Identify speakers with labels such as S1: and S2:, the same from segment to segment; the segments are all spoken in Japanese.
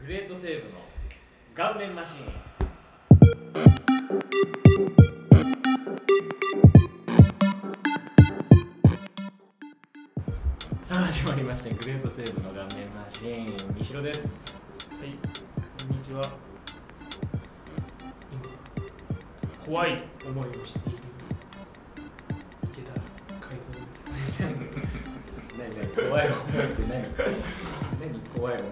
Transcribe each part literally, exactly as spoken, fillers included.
S1: グレートセーブの顔面マシーン。さあ始まりました、グレートセーブの顔面マシーン、三代です。
S2: はい、こんにちは。今怖い思いをしている池田海蔵です。
S1: 何何怖い思いって何？何怖い思いって？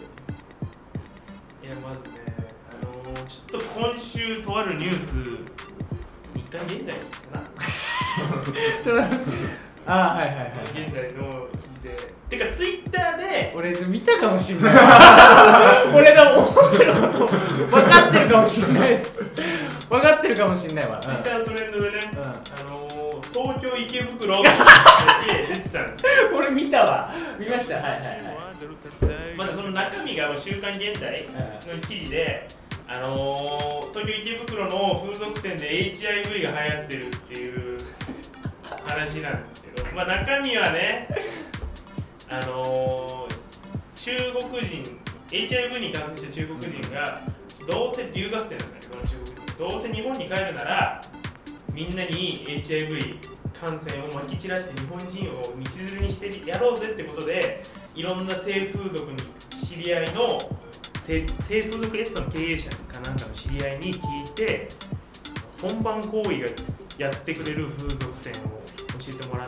S2: いや、まずね、あのー、ちょっと今週とあるニュース、日刊現代かな。
S1: ちょっとああはいはいはい。
S2: 現代の記事で、てかツイッターで
S1: 俺見たかもしんない。俺が思ってること分かってるかもしんないです。分かってるかもしんないわ。
S2: ツイッターのトレンドでね、
S1: うん、
S2: あのー、東京池袋って出てたんです。
S1: 俺見たわ。見ました。はいはいはい。
S2: まだその中身が週刊現代の記事で、あのー、東京池袋の風俗店で エイチアイブイ が流行ってるっていう話なんですけど、まあ、中身はね、あのー、中国人 エイチアイブイ に感染した中国人がどうせ留学生なんだけど、この中国人どうせ日本に帰るならみんなに エイチアイブイ 感染をまき散らして日本人を道連れにしてやろうぜってことで、いろんな性風俗の知り合いの性風俗レストラン経営者かなんかの知り合いに聞いて、本番行為がやってくれる風俗店を教えてもらって、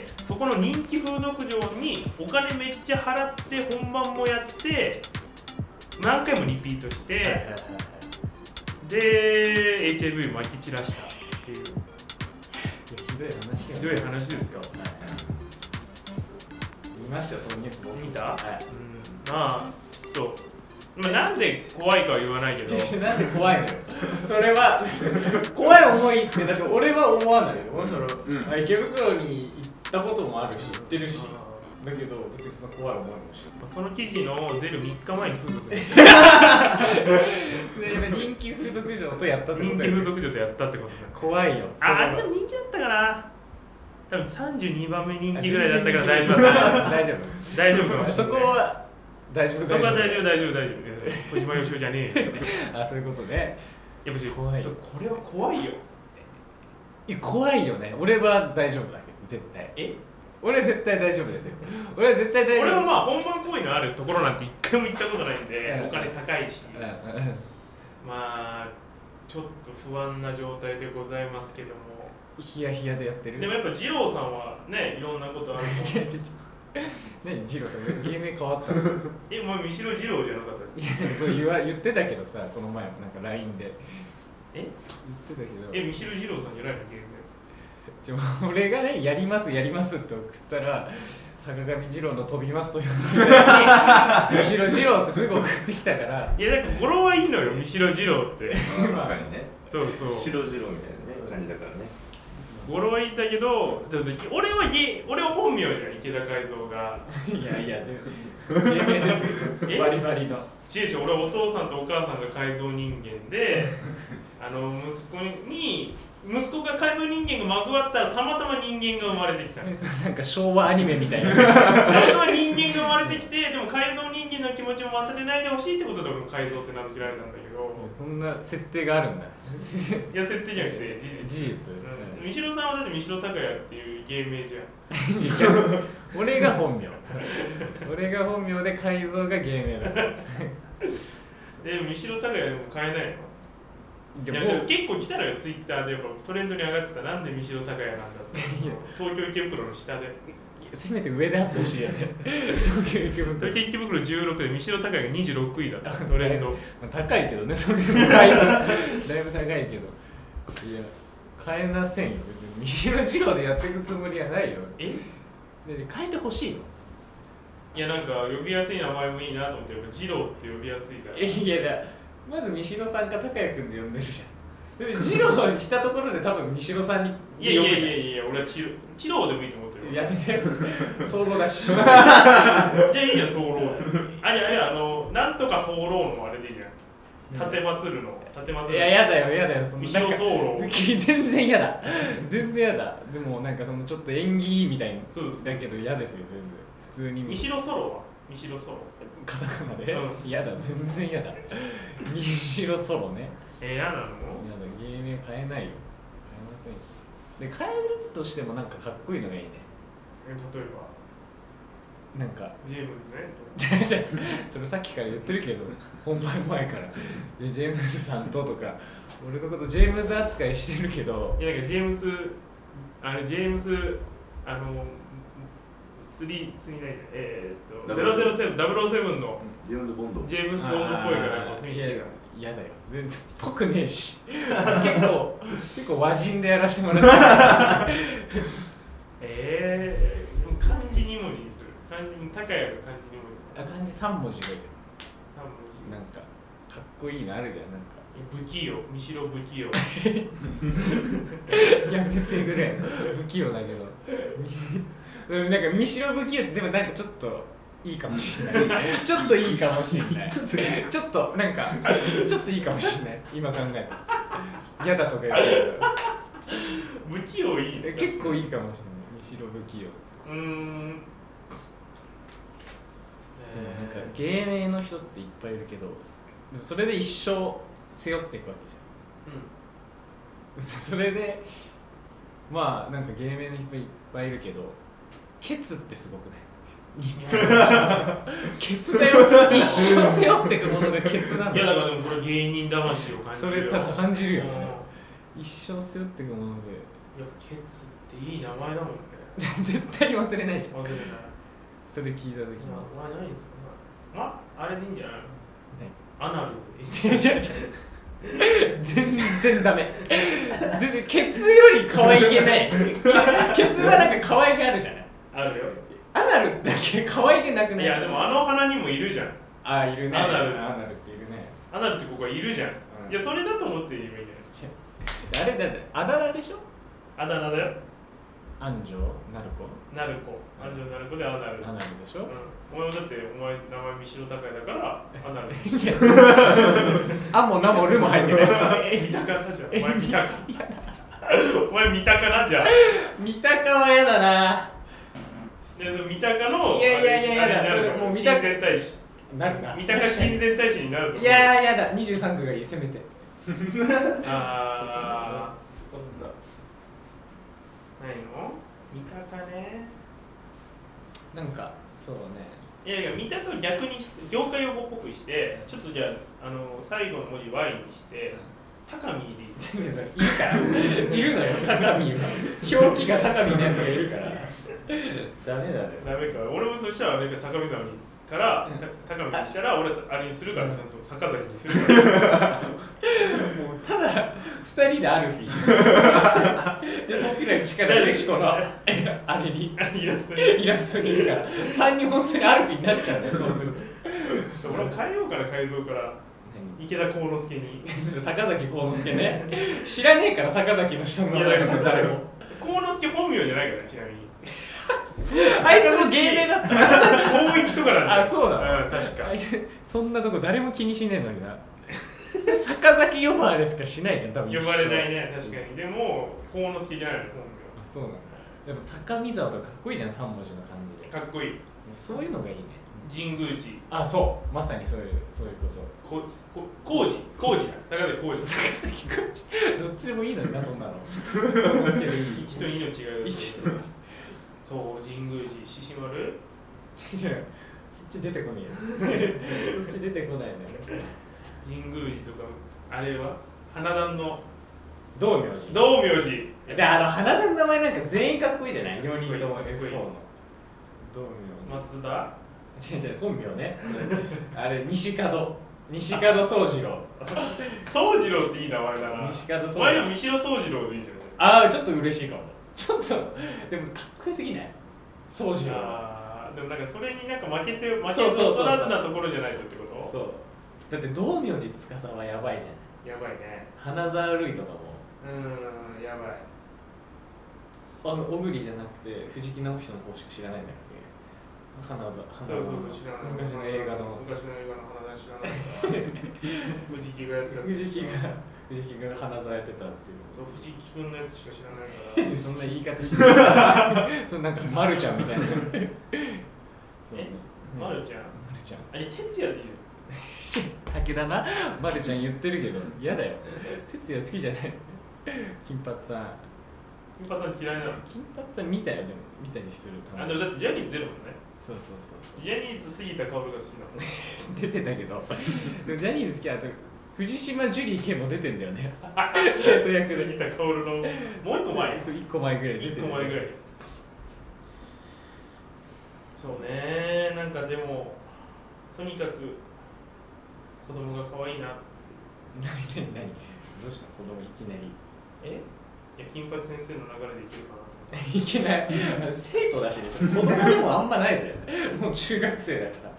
S2: そこの人気風俗場にお金めっちゃ払って本番もやって何回もリピートして、はいはいはいはい、で エイチアイブイ 巻き散らしたっていうひ
S1: どい話よ、ね、
S2: ひどい話ですよ。はいはい、
S1: 見ました、そのニュース。
S2: 見た？はい、
S1: うん、
S2: まあちょっと、まあ、なんで怖いかは言わないけど
S1: なんで怖いのよそれは怖い思いって、だって俺は思わないよ。俺その、うん、池袋に行ったこともあるし、行ってるし、だけど別にその怖い思いもしない。
S2: その記事の出るみっかまえに風俗で
S1: 人気風俗嬢とやったってこと。
S2: 人気風俗嬢とやったってことだ。
S1: 怖いよ。
S2: あ、あれでも人気だったかな。多分さんじゅうにばんめ人気ぐらいだったから大丈夫だった。
S1: 大丈夫
S2: 大丈夫かもしれない。
S1: そこは大丈夫。
S2: そこは大丈夫大丈夫大丈夫。小島よしおじゃねえ。
S1: あ、そういうことね。
S2: やっぱり怖い。これは怖いよ。
S1: いや、怖いよね。俺は大丈夫だけど、絶対。え？俺は絶対大丈夫ですよ。俺は絶対大丈夫。
S2: 俺はまあ本番行為のあるところなんて一回も行ったことないんで、お金高いし、まあちょっと不安な状態でございますけども。
S1: ヒヤヒヤでやってる。
S2: でもやっぱ二郎さんはね、いろんなことあると思う。
S1: 何二郎さん、芸名変わったの？
S2: え、お前三代二郎じゃなかったっけ？
S1: いや、そう言わ言ってたけどさ、この前もなんか ライン で。
S2: え？
S1: 言ってたけど。
S2: え、三代二郎さんじゃないの芸名？
S1: ちょ俺がね、やりますやりますって送ったら、坂上二郎の飛びますと言われて、三代二郎ってすぐ送ってきたから。
S2: いや、なんか語呂はいいのよ、三代二郎って。
S3: 確かにね。
S2: そうそう。
S3: 白二郎みたいな、ね、感じだからね。
S2: 語呂はいいんだけど、俺は俺は本名じゃん、池田海蔵が。
S1: いやいや、全然有名ですよ。バリバリの。
S2: 違う違う、俺はお父さんとお母さんが改造人間で、あの息子に。息子が改造人間がまぐわったらたまたま人間が生まれてきた。
S1: なんか昭和アニメみたいな。
S2: たまたま人間が生まれてきて、でも改造人間の気持ちも忘れないでほしいってことで俺も改造って名付けられたんだけど。
S1: そんな設定があるんだ。
S2: いや、設定じゃなくて
S1: 事実。事実。
S2: うん、三代さんはだって三代孝也っていう芸名じゃん。
S1: 俺が本名。俺が本名で改造が芸名だし。
S2: でも三代孝也でも変えないの？いや、でも結構来たのよ、ツイッターでやっぱトレンドに上がってた。なんで三代孝也なんだって。東京池袋の下で。
S1: せめて上であってほしいよね。東京池袋。
S2: 東京池袋じゅうろくで三代孝也がにじゅうろくいだった。トレンド。
S1: 高いけどね、それでもだいぶ、だいぶ高いけど。いや、変えなせんよ。別に三代二郎でやっていくつもりはないよ。え？で変えてほしいの？
S2: いや、なんか呼びやすい名前もいいなと思って、やっぱ二郎って呼びやすいから。
S1: え、いやだ。まず三代さんか高谷君で呼んでるじゃん。でも二郎にしたところで多分三代さんに呼ぶ
S2: じゃん。いやいやいやいや、俺は一郎でもいいと思ってる。
S1: やめてよ。早漏だし。
S2: じゃあいいじゃん、早漏。あれあれ、あの、なんとか早漏のあれでいいじゃん。立てまつるの。立てまつる。
S1: いや、やだよ、やだよ。
S2: その三代早漏。
S1: 全然やだ。全然やだ。でもなんかそのちょっと縁起みたいな。
S2: そうです。
S1: だけど嫌ですよ、全然。普通に。
S2: 三代ソロはみしろソロ
S1: カタカナで嫌、うん、だ全然嫌だみしろソロね
S2: えー、嫌なの？
S1: 嫌だ芸名変えないよ変えませんよで変えるとしてもなんかかっこいいのがいいね
S2: え例えば
S1: なんか
S2: ジェームズね
S1: じゃじゃそれさっきから言ってるけど本番前からジェームズさんととか俺のことジェームズ扱いしてるけど
S2: いやなんかジェームスあれジェームスあのスリースリーナインえー、っとゼロゼロセブンダブルオーセブンの
S3: ジェームズボンド
S2: ジェームスボンドっぽいから
S1: いや嫌だよ全然ぽくねえし結構結構和人でやらせてもらって
S2: えー、漢字に文字にする漢字に高谷の漢字に文字
S1: あ漢字さん文字がいい
S2: さん文字
S1: なんかかっこいいのあるじゃんなんか
S2: 不器用みしろ不器用
S1: やめてくれ不器用だけどなんかみしろ不器用ってでもなんかちょっといいかもしれないちょっといいかもしれないちょっとちょっとなんかちょっといいかもしれない今考えて嫌だとか言うけ
S2: ど不器用いい、
S1: ね、結構いいかもしれないみしろ不器用
S2: うーん
S1: でもなんか芸名の人っていっぱいいるけどそれで一生背負っていくわけじゃん、うん、それでまあなんか芸名の人いっぱいいるけどケツってすごくないケツだよ一生背負っていくものがケツなんだ
S2: いやだからでもこれ芸人魂を感じるよ
S1: それただ感じるよね、うん、一生背負っていくもので
S2: いやケツっていい名前だもんね
S1: 絶対に忘れないじゃん
S2: 忘れない
S1: それ聞いた時に
S2: まあないですかまああれでいいんじゃないのアナル
S1: 全然ダメ全然ケツより可愛げないケツはなんか可愛げあるじゃない
S2: あるよ
S1: アナルだけ可愛げなくない
S2: いやでもあの花にもいるじゃん
S1: あいるね
S2: アナル
S1: アナルっているね
S2: アナルってここいるじゃん、うん、いやそれだと思って言えばいいんじゃない
S1: あれだってあだ名でしょ
S2: あだ名だよ
S1: 安城なる子
S2: なる子安城なる子でアナル
S1: アナルでしょ、
S2: うん、お前もだってお前名前三城高いだからアナル
S1: あもなもるも入ってない
S2: え三鷹なじゃんお前三鷹お前三鷹なじゃん
S1: 三鷹はやだな
S2: でその三鷹の
S1: いやいやいやいや
S2: それもう親善大使
S1: なるな
S2: 三鷹親善大使になると思う
S1: いやいやだにじゅうさん区がいいせめて
S2: ああないの三鷹ね
S1: なんかそうね
S2: いやいや三鷹を逆に業界用語っぽくしてちょっとじゃあ、あの最後の文字 Y にして高見でいい
S1: いいからいるのよ高見が表記が高見のやつがいるからダメだね
S2: ダメか俺もそしたらあれか高見沢にから高見にしたら俺あれにするからちゃんと坂崎にするからも
S1: うただふたりでアルフィーでそっくらい力でしこのあれに
S2: イラストに
S1: イラストにいるからさんにん本当にアルフィーになっちゃうねそうすると
S2: 俺も変えようかな改造から池田幸之助に
S1: 坂崎幸之助ね知らねえから坂崎の人の名前が誰も
S2: 幸之助本名じゃないからちなみに
S1: あいつも芸名だった
S2: 高一とかなんだ
S1: あそうだ、
S2: うん、確か
S1: そんなとこ誰も気にしねえのにな坂崎呼ばわれしかしないじゃん多分
S2: 呼ばれないね確かにでも幸之助じゃないの本名
S1: あそうなんだやっぱ高見沢とかかっこいいじゃんさん文字の感じで
S2: かっこいい
S1: そういうのがいいね
S2: 神宮寺
S1: あそうまさにそういうそういうこと
S2: ここ工事工事だ坂崎工事
S1: 坂崎工事どっちでもいいのになそんなのい
S2: ちとにの違いだ
S1: と
S2: そう神宮寺獅子丸
S1: そっち出てこねえよそっち出てこないね
S2: 神宮寺とかあれは花壇の
S1: 道明寺
S2: 道明寺
S1: であの花壇の名前なんか全員かっこいいじゃないよにんとも エフフォー の道明
S2: 松田
S1: 違う違う本名ねあれ西門西門宗次郎
S2: 宗次郎っていい名前だな
S1: 西門宗次郎
S2: お前でも三城宗次郎でいいじゃん
S1: ああちょっと嬉しいかもちょっとでもかっこよすぎない宗次郎
S2: ああでもなんかそれになんか負けて負けず劣らずなところじゃないとってこと
S1: そうだって道明寺司はやばいじ
S2: ゃんやばいね
S1: 花沢類とかも
S2: うーんやばい
S1: あの小栗じゃなくて藤木直人の方しか知らないんだっけ花沢花
S2: そうそう知らない
S1: 昔の映画の
S2: 昔の映画の花壇知らない藤木がやった
S1: 藤木が藤木が花沢やってたっていう
S2: そう藤木君のやつしか知らないから
S1: そんな言い方しないそんなんか丸ちゃんみたいなそうね
S2: まるちゃん
S1: まるちゃん
S2: あれ哲也でいいよ
S1: 武田な、まるちゃん言ってるけど嫌だよ。哲也好きじゃない金髪さん。
S2: 金髪さん嫌いなの。
S1: 金髪さん見たよ、でも見たりする。
S2: あでもだってジャニーズ出るもんね。
S1: そうそうそう
S2: ジャニーズ杉田薫が好きなの
S1: 出てたけどでもジャニーズ好きだと藤島ジュリー健も出てんだよね生徒役で
S2: 杉田薫のもう一個前
S1: そういっこまえぐらい出てる
S2: 一個前ぐらいそうねなんかでもとにかく子供が可愛いな
S1: 何何何どうした子供いきなり
S2: えいや金八先生の流れでいけるかなと思っ
S1: いけない生徒だしね子供でもあんまないぜもう中学生だから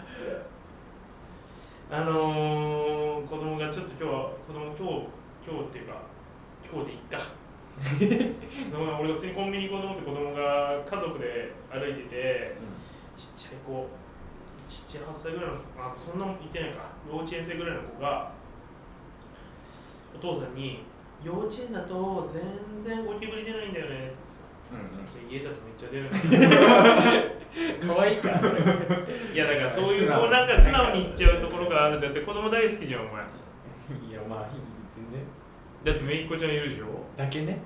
S2: あのー、子供がちょっと今日は子供今日今日っていうか今日でいった俺が普通にコンビニ行こうと思って子供が家族で歩いてて、うん、ちっちゃい子ちっちゃいはっさいぐらいのあそんなもん言ってないか幼稚園生ぐらいの子がお父さんに幼稚園だと全然ゴキブリ出ないんだよねって言ってうんうん、家だとめっちゃ出るんだ
S1: 可愛いからそれ
S2: いやだからそういうこうなんか素直に言っちゃうところがあるんだって子供大好きじゃんお前
S1: いやまあ全然
S2: だってめいっ子ちゃんいるでしょ
S1: だけね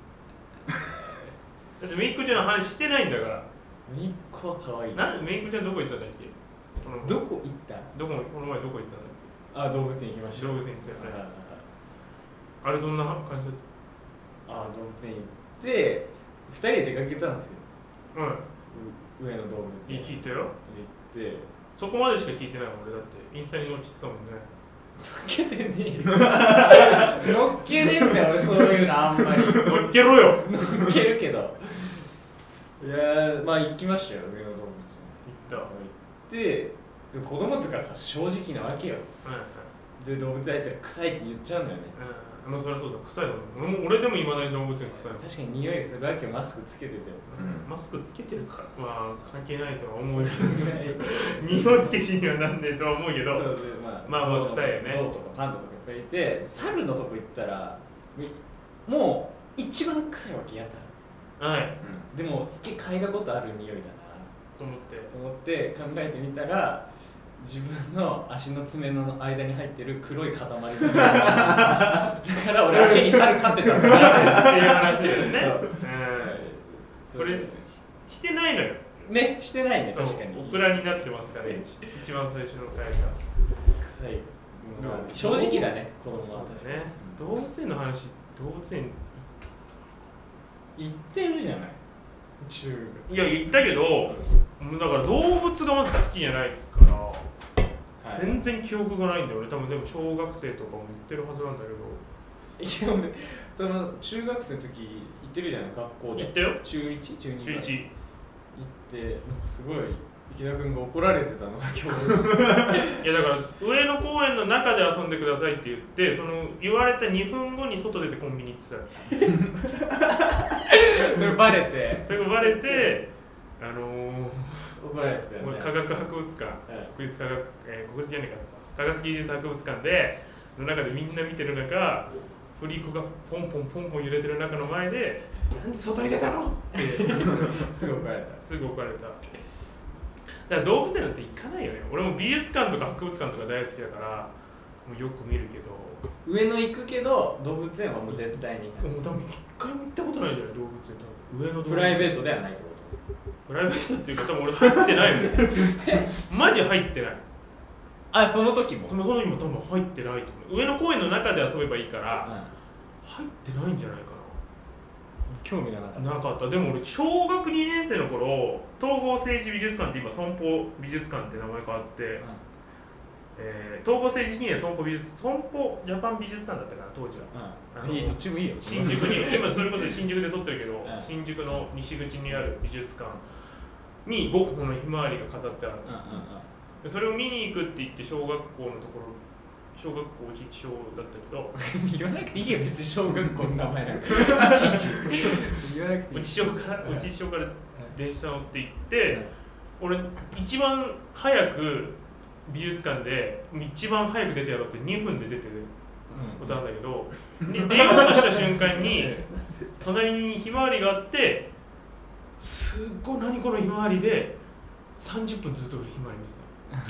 S2: だってめいっ子ちゃんの話してないんだから
S1: めいっ子は可愛い
S2: なめいっ子ちゃんどこ行ったんだっけ
S1: どこ行った
S2: どここの前どこ行ったんだっけ
S1: あ動物園行きました
S2: 動物園行ったよねあれどんな感じだった
S1: あ動物園行ってふたりで出かけたんですよ
S2: うん
S1: 上野動物園
S2: 聞いたよ
S1: 行って
S2: そこまでしか聞いてないもん俺だってインスタに載っけてたもんね
S1: 乗っけてねえよ乗っけねえんだよ俺そういうのあんまり
S2: 乗っけろよ
S1: 乗っけるけどいやーまあ行きましたよ上野動物園
S2: 行った
S1: 行ってで子供とかさ正直なわけよ、
S2: うんうん
S1: で動物園入ったら臭いって言っちゃうんだよね
S2: うんまあそりゃそうだ臭いの俺も俺でもいまだに動物園臭いの
S1: 確かに匂いするわけよマスクつけてて、
S2: うん、マスクつけてるかは関係ないとは思うけど匂い消しにはなんねえとは思うけど
S1: そうで、まあ、
S2: まあまあ臭いよね
S1: ゾウとかパンダとかいっぱいいて猿のとこ行ったらもう一番臭いわけやったら
S2: はい
S1: でもすっげえ嗅いだことある匂いだな
S2: と思って
S1: と思って考えてみたら自分の足の爪の間に入ってる黒い塊の匂いだから俺足に猿飼ってたんだなっていう話だよね
S2: これしてないのよ
S1: ねしてないね確かに
S2: オクラになってますからね一番最初の回が
S1: 臭い正直だね子供は
S2: そうだね動物園の話動物園
S1: 行ってるじゃない中
S2: 学いや言ったけどだから動物がまず好きじゃないから、はい、全然記憶がないんだよ俺多分でも小学生とかも行ってるはずなんだけど
S1: いや俺その中学生の時行ってるじゃない学校で
S2: 行ったよ
S1: 中いち、中に
S2: 中いち行
S1: ってなんかすごい池田君が怒られてたの先ほど
S2: いやだから上野公園の中で遊んでくださいって言ってその言われたにふんごに外出てコンビニ行ってた
S1: それバレて
S2: それがバレてあのー、
S1: 怒られてたよね
S2: 科学博物館、はい、国立科学、えー、国立じゃねえか科学技術博物館での中でみんな見てる中振り子がポンポンポンポン揺れてる中の前でなんで外に出たのって
S1: すぐ怒られた
S2: すぐ怒られただから動物園なんて行かないよね俺も美術館とか博物館とか大好きだからもうよく見るけど
S1: 上野行くけど動物園はもう絶対に
S2: もう多分一回も行ったことないじゃない動物園多分上野動物園
S1: プライベートではないってこと
S2: プライベートっていうか多分俺入ってないもんマジ入ってない
S1: あその時も
S2: そのその時も多分入ってないと思う上野公園の中で遊べばいいから、うん、入ってないんじゃないかな
S1: 興味がなかった
S2: なかったでも俺小学にねん生の頃東郷政治美術館って今損保美術館って名前変わって、うんえー、東郷政治記念損保美術損保ジャパン美術館だったから当時は、
S1: うん、いいどっちもいいよ
S2: 新宿に今それこそ新宿で撮ってるけど、うん、新宿の西口にある美術館にゴッホのひまわりが飾ってある、うんうんうん、それを見に行くって言って小学校のところ小学校うちいち小だったけど
S1: 言わなくていいよ別に小学校の名前なんかうちいち
S2: 言わなくていい。うち小からうち小から電車乗って行って、俺一番早く美術館で一番早く出てやろうってにふんで出てることなんだけど、で出ようとした瞬間に隣にひまわりがあってすっごい何このひまわりでさんじゅっぷんずっと俺ひまわり見て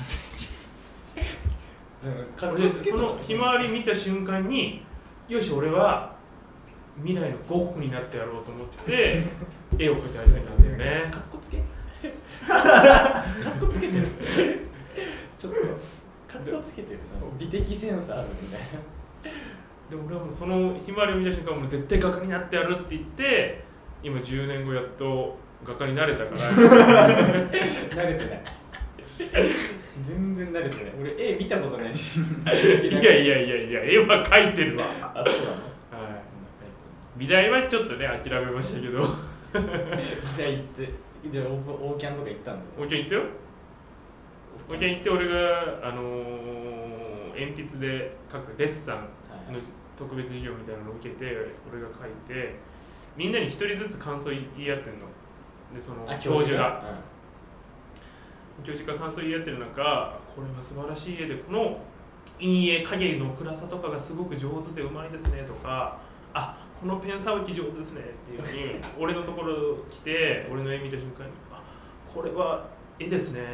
S2: た。
S1: か
S2: 俺そのひまわり見た瞬間によし俺は未来のゴッホになってやろうと思って絵を描き始めたんだよね。
S1: かっこつけかっこつけてるちょっとかっこつけてる美的センスあるみたいな。
S2: で俺はもうそのひまわりを見た瞬間俺絶対画家になってやるって言って今じゅうねんごやっと画家になれたから
S1: 慣れてない全然慣れてない。俺絵見たことないし
S2: いやいやいやいや絵は描いてるわ。
S1: あ、そうなの。はい。
S2: 美大はちょっとね諦めましたけど
S1: 美大行ってでオーキャンとか行ったんだ。
S2: オーキャン行ったよ。オーキャン行って俺があのー、鉛筆で描くデッサンの特別授業みたいなのを受けて俺が描いてみんなに一人ずつ感想言い合ってんのでその教授が、うん、教授が感想言い合ってる中これは素晴らしい絵でこの陰影影の暗さとかがすごく上手でうまいですねとかあこのペンさばき上手ですねっていうふうに俺のところ来て俺の絵見た瞬間にあこれは絵ですね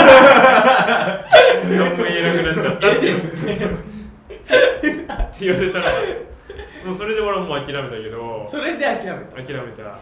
S2: 何も言えなくなっちゃった
S1: 絵ですね
S2: って言われたらもうそれで俺はもう諦めたけど
S1: それで諦めた
S2: 諦めた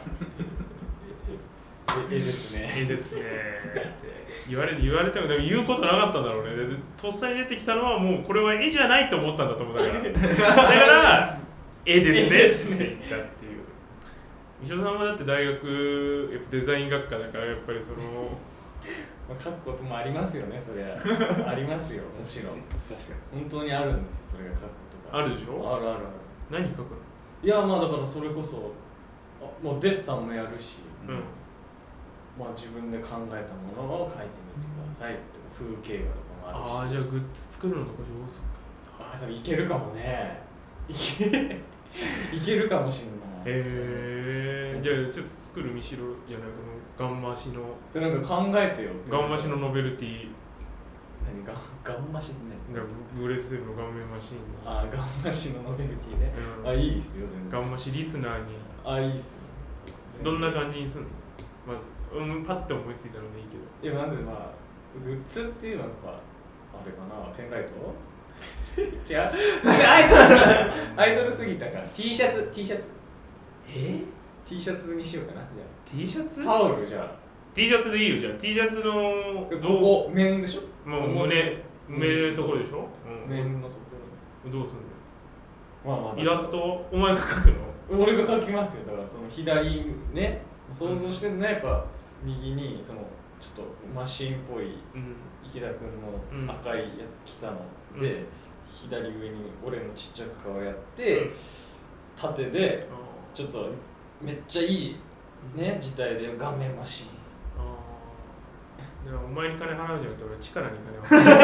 S1: 絵ですね
S2: 絵ですねって言われ言われてもでも言うことなかったんだろうね。でとっさに出てきたのはもうこれは絵じゃないと思ったんだと思うだからだから絵ですねって言ったっていう。三代さんはだって大学やっぱデザイン学科だからやっぱりその
S1: まあ書くこともありますよね。それはありますよもちろん。
S3: 確か
S1: 本当にあるんですそれが書くことが
S2: あるでしょ。
S1: あるあるある。
S2: 何書くの。
S1: いやまあだからそれこそあもうデッサンもやるし、
S2: うん、
S1: まあ自分で考えたものを書いてみてくださいって風景画とかもあるし。
S2: ああじゃあグッズ作るのとか上手か。
S1: ああでもいけるかもね。いけいけるかもしれない。
S2: へえー、じゃあちょっと作る見しろやなこのガンマシの
S1: それなんか考えてよって
S2: ガンマシのノベルティ
S1: 何ガンガンマシね
S2: グレースセルの顔面マシン
S1: ああガンマシのノベルティね、うん、あいいっすよ全然
S2: ガンマシリスナーに
S1: あいいっすよ
S2: どんな感じにすんのまず、うん、パッて思いついたのでいいけ
S1: どいやまずまあグッズっていうのはやっぱあれかなペンライト違うアイドルアイドルすぎたから T シャツ T シャツ
S2: え
S1: T シャツにしようかなじゃあ
S2: T シャツ
S1: タオルじゃあ
S2: T シャツでいいよじゃあ T シャツの
S1: どこ面でしょ
S2: もう胸埋めるところでしょ、
S1: うん、面のところ
S2: どうすん
S1: の、まあまあ、
S2: イラストお前が描くの
S1: 俺が描きますよだからその左ね想像してるのはやっぱ右にそのちょっとマシンっぽい池田君の赤いやつ着たので、うん、左上に俺のちっちゃく顔やって、うん、縦でちょっとめっちゃいいね字体で顔面マシン
S2: でもお前に金払うんじゃなくて俺力に金払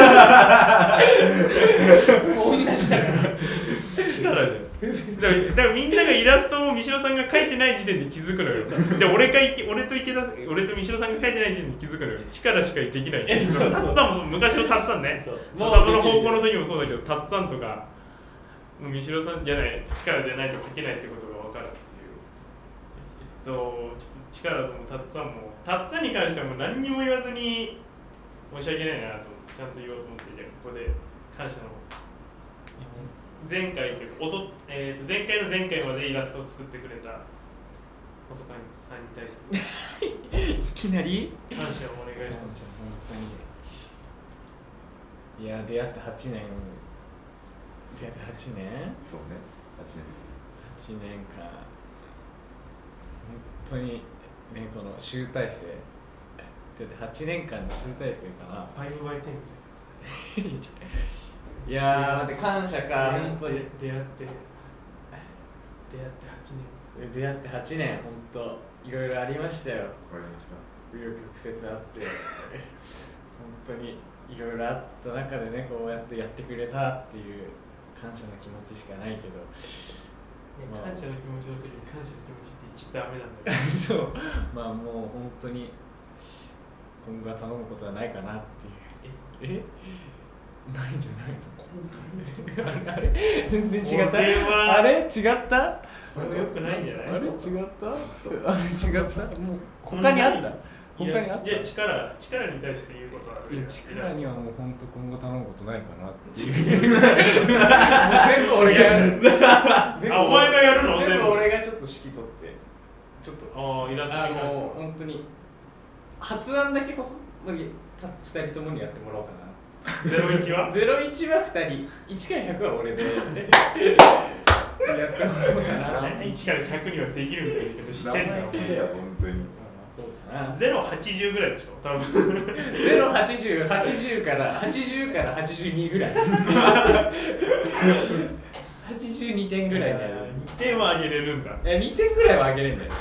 S2: う
S1: 同じだから
S2: 力じゃんだからだからみんながイラストを三代さんが描いてない時点で気づくのよで俺か俺と池田俺と三代さんが描いてない時点で気づくのよ力しかできないそうそうタッツァンも昔のタッツァンね頭の方向の時もそうだけどタッツァンとかもう三代さんじゃない力じゃないと描けないってことが分かるっていうそうちょっと力ともタッツァンもタッツァンに関してはもう何にも言わずに申し訳ないなと思ってちゃんと言おうと思ってじゃあここで感謝の前回というかおと、えー、と前回の前回までイラストを作ってくれた細川さんに対して
S1: いきなり
S2: 感謝をお願いします
S1: 本当にいや出会ってはちねん出会ってはちねん
S3: そうねはちねん
S1: はちねんかん本当にねこの集大成だってはちねんかんの集大成かな
S2: ファイブバイテン みたいない
S1: やー待って感謝か
S2: 本当に出会って出会ってはちねん
S1: 出会ってはちねん本当いろいろありましたよ
S3: わかりました
S1: 紆余曲折あって本当にいろいろあった中でねこうやってやってくれたっていう感謝の気持ちしかないけど
S2: まあ、感謝の気持ちの時に感謝の気持ちって言っちゃダメなんだけど
S1: そうまあもう本当に今後は頼むことはないかなっていうええないんじゃないのあれ全然違ったあれ違った
S2: よくないんじゃない
S1: あれ違ったあれ違ったもう他にあった他にあった？
S2: いや力力に対して言うことはある。
S1: いや力にはもう本当今後頼むことないかなっていうもう全部俺がやる全部
S2: あ、お前がやるの？
S1: 全部俺がちょっと指揮取ってちょっと
S2: ああイラストに関しては
S1: 本当に発案だけこそふたりともにやってもらおうかな。
S2: ゼロイチは
S1: ゼロイチはふたり、いちからひゃくは俺でやってもらおうかな。
S2: いちからひゃくにはできるみたいな言い方してんだよ。
S3: 生意気だよ本当に。
S1: そうかな。
S2: ゼロはちじゅうぐらいでしょ多分。
S1: ゼロはちじゅう、はちじゅうからはちじゅうからはちじゅうにぐらい。はちじゅうにてんぐらいだよ。
S2: にてんは上げれるんだ。
S1: いやにてんぐらいは上げれるんだよ。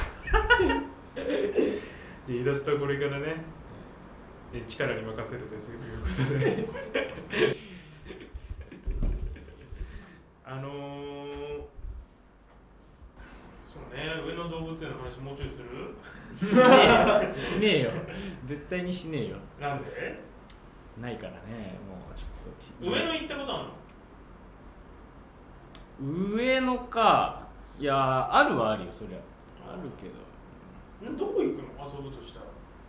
S2: でイラストはこれからね、で力に任せるということで。あのー、そうね、上野動物園の話もうちょいする？
S1: しねえよ。絶対にしねえよ。
S2: なんで？
S1: ないからね、もうちょっと。
S2: 上野行ったことあるの？
S1: 上野か。いや、あるはあるよ、そりゃ。あるけど。
S2: どこ行くの？遊ぶとした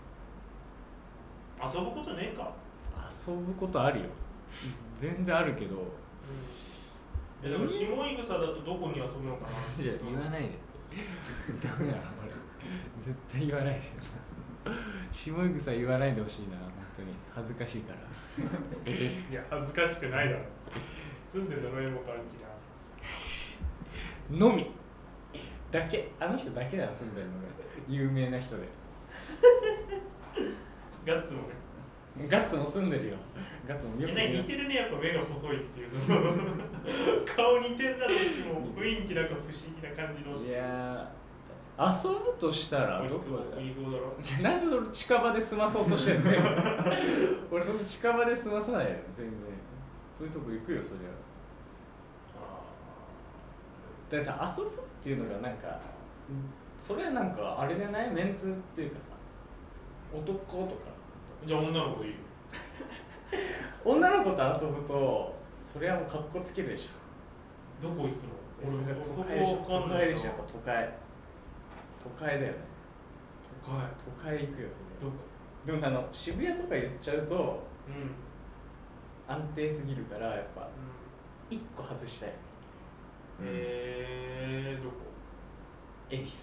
S2: ら。遊ぶことねえか？
S1: 遊ぶことあるよ。全然あるけど。
S2: うん、いやでも下井草だとどこに遊ぶのかな？
S1: じゃ言わないで。ダメだな、俺。絶対言わないでよ。下井草言わないでほしいな、本当に。恥ずかしいから。
S2: いや、恥ずかしくないだろ。住んでんだろ、エモカンキな。
S1: のみだけ、あの人だけだよ、住んでるのが。有名な人で。
S2: ガッツもね。
S1: ガッツも住んでるよ。ガッツもよく
S2: え、似てるね、やっぱ目が細いっていう、その顔似てんだろ、うちも雰囲気なんか不思議な感じの。
S1: いやー、遊ぶとしたらどこだよ。
S2: いい子だろ。
S1: じゃなんで俺近場で済まそうとしてんの全部。俺その近場で済まさないよ、全然。そういうとこ行くよ、そりゃ。だって遊ぶっていうのがなんか、それはなんかあれじゃない？メンツっていうかさ、男とか。
S2: じゃあ女の子でいいよ。
S1: 女の子と遊ぶと、それはもう格好つけるでしょ。
S2: どこ行くの？
S1: 俺
S2: 俺
S1: 都会でしょ。都会でしょ、やっ
S2: ぱ
S1: ぱ都会。都会だよね。
S2: 都会。
S1: 都会行くよ、それ。
S2: どこ？
S1: でもあの渋谷とか言っちゃうと、
S2: うん。
S1: 安定すぎるから、やっぱ、
S2: うん、
S1: 一個外したい。
S2: えー、どこ？
S1: 恵比寿。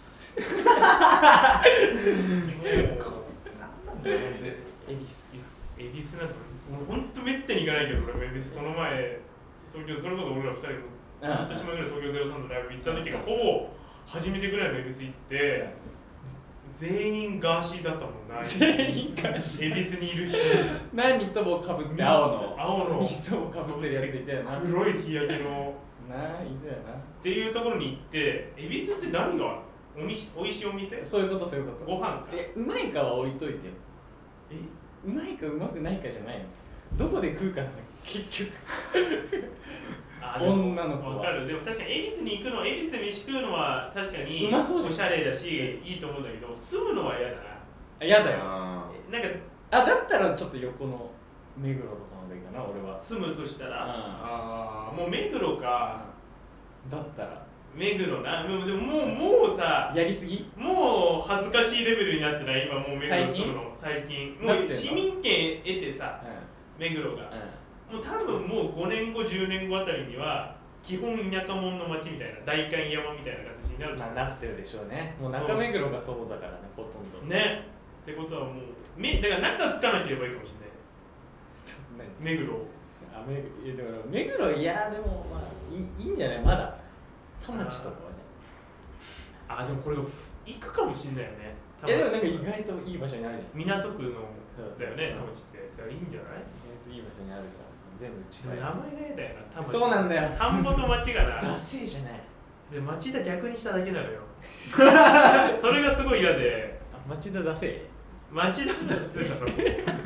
S1: 恵比寿。
S2: 恵比寿なんて俺ほんとめったに行かないけど、俺恵比寿この前東京、それこそ俺らふたりも半年前ぐらい東京ゼロさんのライブ行った時がほぼ初めてぐらいの恵比寿行って全員ガーシーだったもんな。
S1: 全員ガーシー。
S2: 恵比寿にいる人
S1: 何ニット帽かぶって青の
S2: 青の
S1: ニット帽かぶってるやついたよな。
S2: 黒い日焼けの
S1: なあ、いたよな。
S2: っていうところに行って、恵比寿って何がおみしおいしいお店？
S1: そういうこと、そういうこと。
S2: ご飯か。
S1: え、うまいかは置いといてよ。
S2: え、
S1: うまいかうまくないかじゃないの。どこで食うかな、結局。
S2: あ、でも
S1: 女の子は
S2: わかる。でも確かに恵比寿に行くの、恵比寿で飯食うのは確かに
S1: うまそうじゃん
S2: おしゃれだし、いいと思うんだけど、住むのは嫌だな。
S1: あ、やだよ。
S3: あ
S2: なんか
S1: あ、だったらちょっと横の目黒とかの方がいいかな、俺は。
S2: 住むとしたら、
S1: うん
S2: ああ、もう目黒か。
S1: だったら。
S2: 目黒な。でもでももうもうさ、
S1: やりすぎ？
S2: もう恥ずかしいレベルになってない。今もう目黒
S1: 最近
S2: 住むの最近。も
S1: なってんの
S2: う市民権得てさ、
S1: う
S2: 目黒が。
S1: ん。
S2: もう多分もうごねんご、じゅうねんごあたりには基本田舎者の町みたいな、代官山みたいな形になると
S1: まあ、
S2: 思う。
S1: なってるでしょうね。もう中目黒がそうだからね、ほとんど。
S2: ね。ってことはもう、めだから中つかなければいいかもしれない。目黒。
S1: あ、目黒、いやだから目黒、いや、でもまあいい、いいんじゃない、まだ。田町とかは
S2: あ、でもこれ行くかもしれないよね。
S1: じゃん。いや、でもなんか意外といい場所にあるじゃん。
S2: 港区のだよね、田町って。だからいいんじゃない？
S1: 意外といい場所にあるから、全部近い。
S2: 名前が嫌だよな、田町。
S1: そうなんだよ。
S2: 田んぼと町がな。
S1: ダセーじゃない。
S2: で、町田逆にしただけなのよ。それがすごい嫌で。
S1: あ、町田ダセー。
S2: 町田出せるだろ。
S3: 失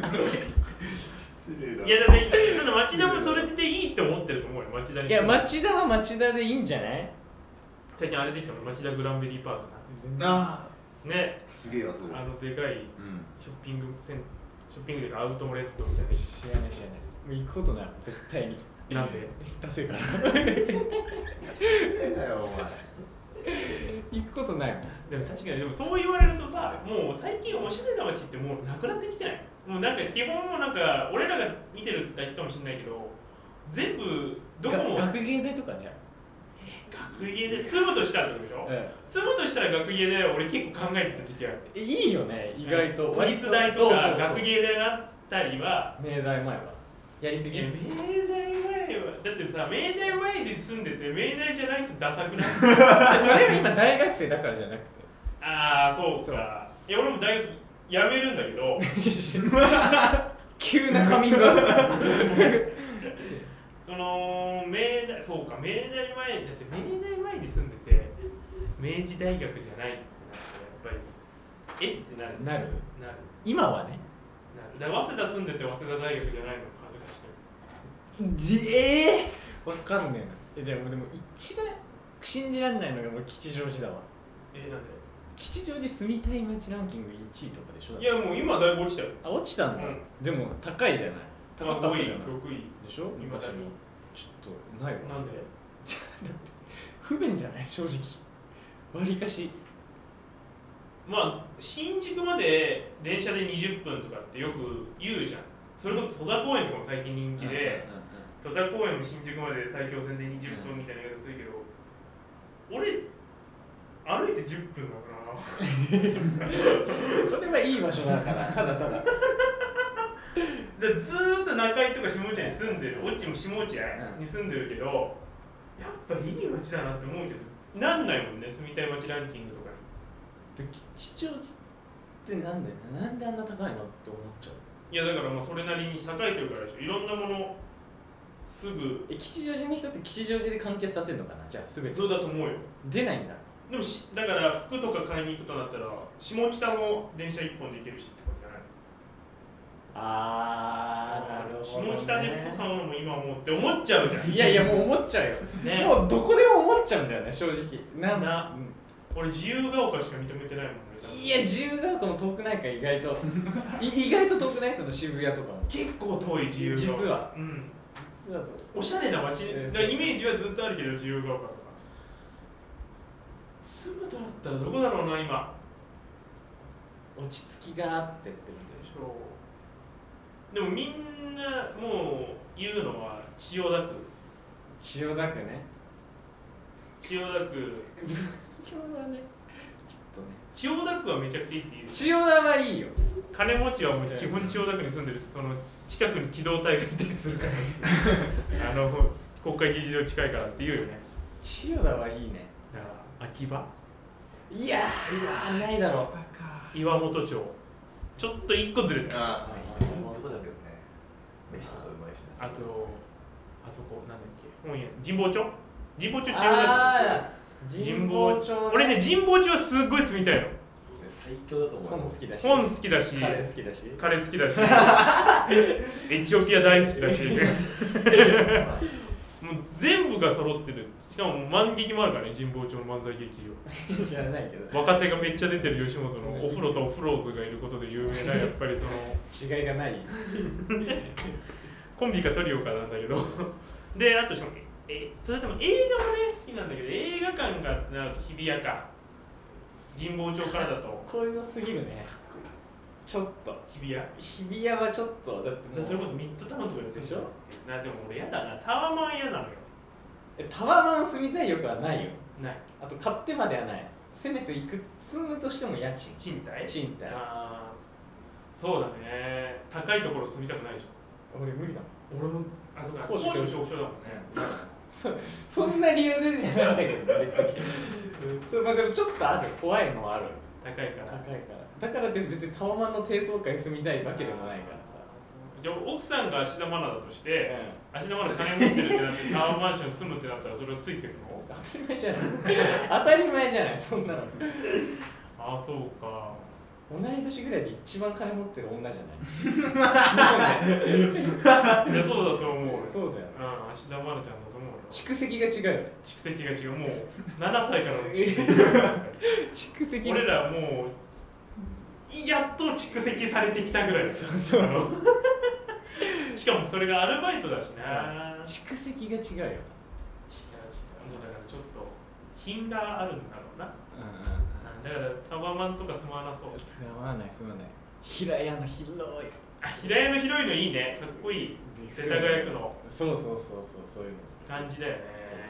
S3: 礼だ。
S2: いやだってただ町田もそれでいいって思ってると思うよ。町田に。
S1: いや、町田は町田でいいんじゃない？
S2: 最近あれできたの、町田グランベリーパーク
S3: あ
S2: な。ね。
S3: あ、すげえわそれ。
S2: あのでかい
S3: うん。
S2: ショッピングセンショッピングでアウトレットみたいな。
S1: 知らない知らない。もう行くことない、絶対に。
S2: なんで？
S1: ダセーから。
S3: 失礼だよお前。
S1: 行くことないもん。
S2: でも確かにでもそう言われるとさ、もう最近おしゃれな街ってもうなくなってきてない。もうなんか基本もなんか俺らが見てるだけかもしれないけど、全部どこも
S1: 学芸大とかじゃん。
S2: 学芸で住むとしたらってことでしょ、うん、住むとしたら学芸で俺結構考えてた時期ある。
S1: いいよね、意外と。
S2: 都立大とか学芸大があったりは。
S1: 明大前はやりすぎ。
S2: 明大前はだってさ、明大前で住んでて明大じゃないとダサくない？
S1: それは今大学生だからじゃなくて。あ
S2: あそうか。いや俺も大学辞めるんだけど
S1: 急なカミングアウト
S2: その明大、そうか、明大前だって明大前に住んでて明治大学じゃないってなってやっぱりえってなる
S1: なる
S2: なる
S1: 今はね。
S2: なる。だから早稲田住んでて早稲田大学じゃないの恥ずかしく
S1: じえー、わかんねえな。えでもでも一番信じられないのがもう吉祥寺だわ。
S2: えなんで
S1: 吉祥寺住みたい街ランキングいちいとかでしょ。
S2: いやもう今だいぶ落ちたよ。
S1: あ落ちたんだ、うん、でも高いじゃない。高かったじゃない。
S2: ろくい
S1: でしょ。
S2: 今だに
S1: ちょっとないわ。
S2: なんでだ
S1: って不便じゃない正直。わりかし
S2: まあ新宿まで電車でにじゅっぷんとかってよく言うじゃん。それこそ戸田公園とかも最近人気で、戸田公園も新宿まで埼京線でにじゅっぷんみたいな言い方するけど、俺歩いてじゅっぷんだから
S1: それはいい場所だからただただ
S2: でずーっと中井とか下落合に住んでる、オッチも下落合に住んでるけど、やっぱいい街だなって思うけどなんないもんね、住みたい街ランキングとかに。
S1: で吉祥寺ってなんでなんであんな高いのって思っちゃう。
S2: いやだからまあそれなりに栄えてるからでしょ。いろんなものすぐ
S1: え吉祥寺の人って吉祥寺で完結させるのかな。じゃあすべて
S2: そうだと思うよ。
S1: 出ないんだ。
S2: でもしだから服とか買いに行くとなったら下北も電車いっぽんで行けるしってことじゃない。
S1: あーなるほど、ね、
S2: 下北で服買うのも今もうって思っちゃうじゃん。
S1: いやいやもう思っちゃうよ、ね、もうどこでも思っちゃうんだよね正直。なん
S2: な、うん、俺自由が丘しか認めてないもんね。
S1: いや自由が丘も遠くないか意外と意外と遠くない。その渋谷とかも
S2: 結構遠い自由が丘。
S1: 実は、
S2: うん、
S1: 実はと
S2: おしゃれな街、えー、イメージはずっとあるけど自由が丘とか住むとなったらどこだろうな今。
S1: 落ち着きがあってってことでしょ。
S2: そうでもみんなもう言うのは千代田区。
S1: 千代田区ね。
S2: 千代田区
S1: 今日はねちょっとね
S2: 千代田区はめちゃくちゃいいって言う。
S1: 千代田はいいよ。
S2: 金持ちはもう基本千代田区に住んでる。その近くに機動隊がいたりするからあの国会議事堂近いからって言うよね。
S1: 千代田はいいね。
S2: だから秋葉
S1: いやーないだろう。
S2: 岩本町ちょっと一個ずれてる。
S3: ああいいとこだけどね。飯とかうまいしね。
S2: あとあそこなんだっけ本屋神保町。神保町千代田区。神保町、ね、俺ね神保町はすっごい住みたいの。
S3: 最強だと思う。
S1: 本好きだし
S2: 本好きだし
S1: カレー好きだし
S2: カレー好きだしエチオピア大好きだしもう全部が揃ってる。しかも漫劇もあるからね、神保町の漫才劇場
S1: 知らないけど
S2: 若手がめっちゃ出てる吉本のお風呂とお風呂ーズがいることで有名なやっぱりその
S1: 違いがない
S2: コンビかトリオかなんだけどであとしかもえそれでも映画もね好きなんだけど、映画館がなると日比谷か神保町からだと
S1: こういうのすぎるね。ちょっと
S2: 日比谷
S1: 日比谷はちょっとだってもう
S2: それこそミッドタウンとかで
S1: でしょ。
S2: なでも俺やだな、タワマン嫌なのよ。
S1: えタワマン住みたい欲はないよ。
S2: ない。
S1: あと買ってまではない。せめて行く住むとしても家賃
S2: 賃貸
S1: 賃貸。
S2: ああそうだね。高いところ住みたくないでしょ。
S1: 俺無理だ
S2: もん。俺もあそこ
S1: 高所
S2: 恐怖症だもんね
S1: そ, そんな理由でじゃないんだけど別にそう、まあ、でもちょっとある怖いのはある。
S2: 高いから
S1: 高いからだからって別にタワマンの低層階に住みたいわけでもないからさ。
S2: じゃあ奥さんが芦田愛菜だとして、うん、芦田愛菜金持ってるってなってタワーマンション住むってなったらそれはついてるの？
S1: 当たり前じゃない当たり前じゃないそんなの
S2: ああそうか。
S1: 同い年ぐらいで一番金持ってる女じゃない
S2: いやそうだと思う。
S1: そうだよ、
S2: うん、芦田愛菜ちゃんだと思うよ。
S1: 蓄積が違うよね。
S2: 蓄積が違う。もうななさいからの蓄積
S1: 蓄積
S2: 俺らもうやっと蓄積されてきたぐらいです。
S1: そうそうそう
S2: しかもそれがアルバイトだしな。
S1: 蓄積が違うよ。違う違う。
S2: もうだからちょっと品があるんだろうな。
S1: うんうん
S2: だからタワマンとか住まなそう。
S1: 住まない住まない。平屋の広い。
S2: あ、平屋の広いのいいね。かっこいい。世田谷区の
S1: そうそうそうそうそういうの
S2: 感じだよね。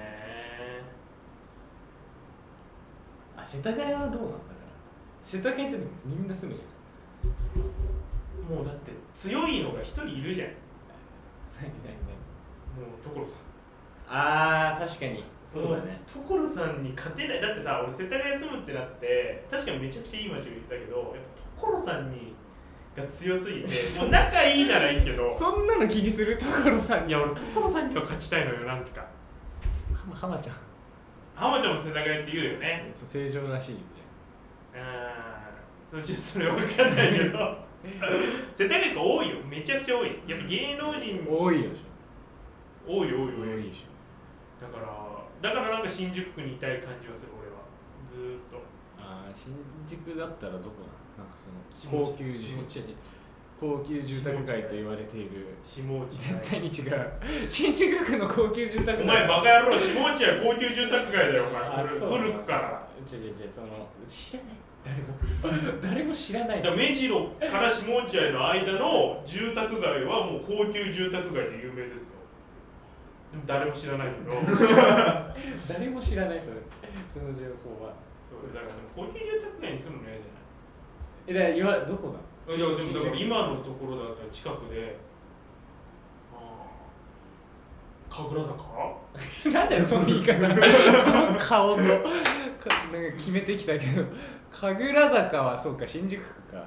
S1: あ、世田谷はどうなんだから。世田谷ってみんな住むじゃん。
S2: もうだって強いのが一人いるじゃん。
S1: 何何
S2: もう所さん。
S1: あー確かにそうだね。
S2: 所さんに勝てない。だってさ、俺世田谷住むってなって確かにめちゃくちゃいい街を言ったけど、やっぱ所さんにが強すぎてもう仲いいならいいけど
S1: そんなの気にする所さんに。
S2: いや俺所さんには勝ちたいのよ。なんとか
S1: 浜ちゃん
S2: 浜ちゃんも世田谷って言うよね。
S1: 正常らしいじ
S2: ああ、ちょっとそれわかんないけど世田谷区多いよ。めちゃくちゃ多い。やっぱ芸能人
S1: 多いよ。
S2: 多い多い多い。
S1: 多いでしょ。
S2: だからだからなんか新宿区にいたい感じはする俺は。ずーっと。
S1: ああ、新宿だったらどこなの？なんかその高級住高級住宅街と言われている。
S2: 下落合。
S1: 絶対に違う。新宿区の高級住宅街。
S2: お前バカ野郎、下落合高級住宅街だよお前。古くから。
S1: 違う違う違う、その知らない。誰も誰も知らない。
S2: だ目白から下落合の間の住宅街はもう高級住宅街で有名ですよ。でも誰も知らないけど
S1: 誰も知らないそれ。その情報は。
S2: そうだから高級住宅街に住むの嫌じゃない。
S1: え、だから言わどこだ。
S2: いやでもだから今のところだったら近くで、あ神楽坂
S1: なんだよその言い方その顔のなんか決めてきたけど、神楽坂はそうか、新宿区か、はい、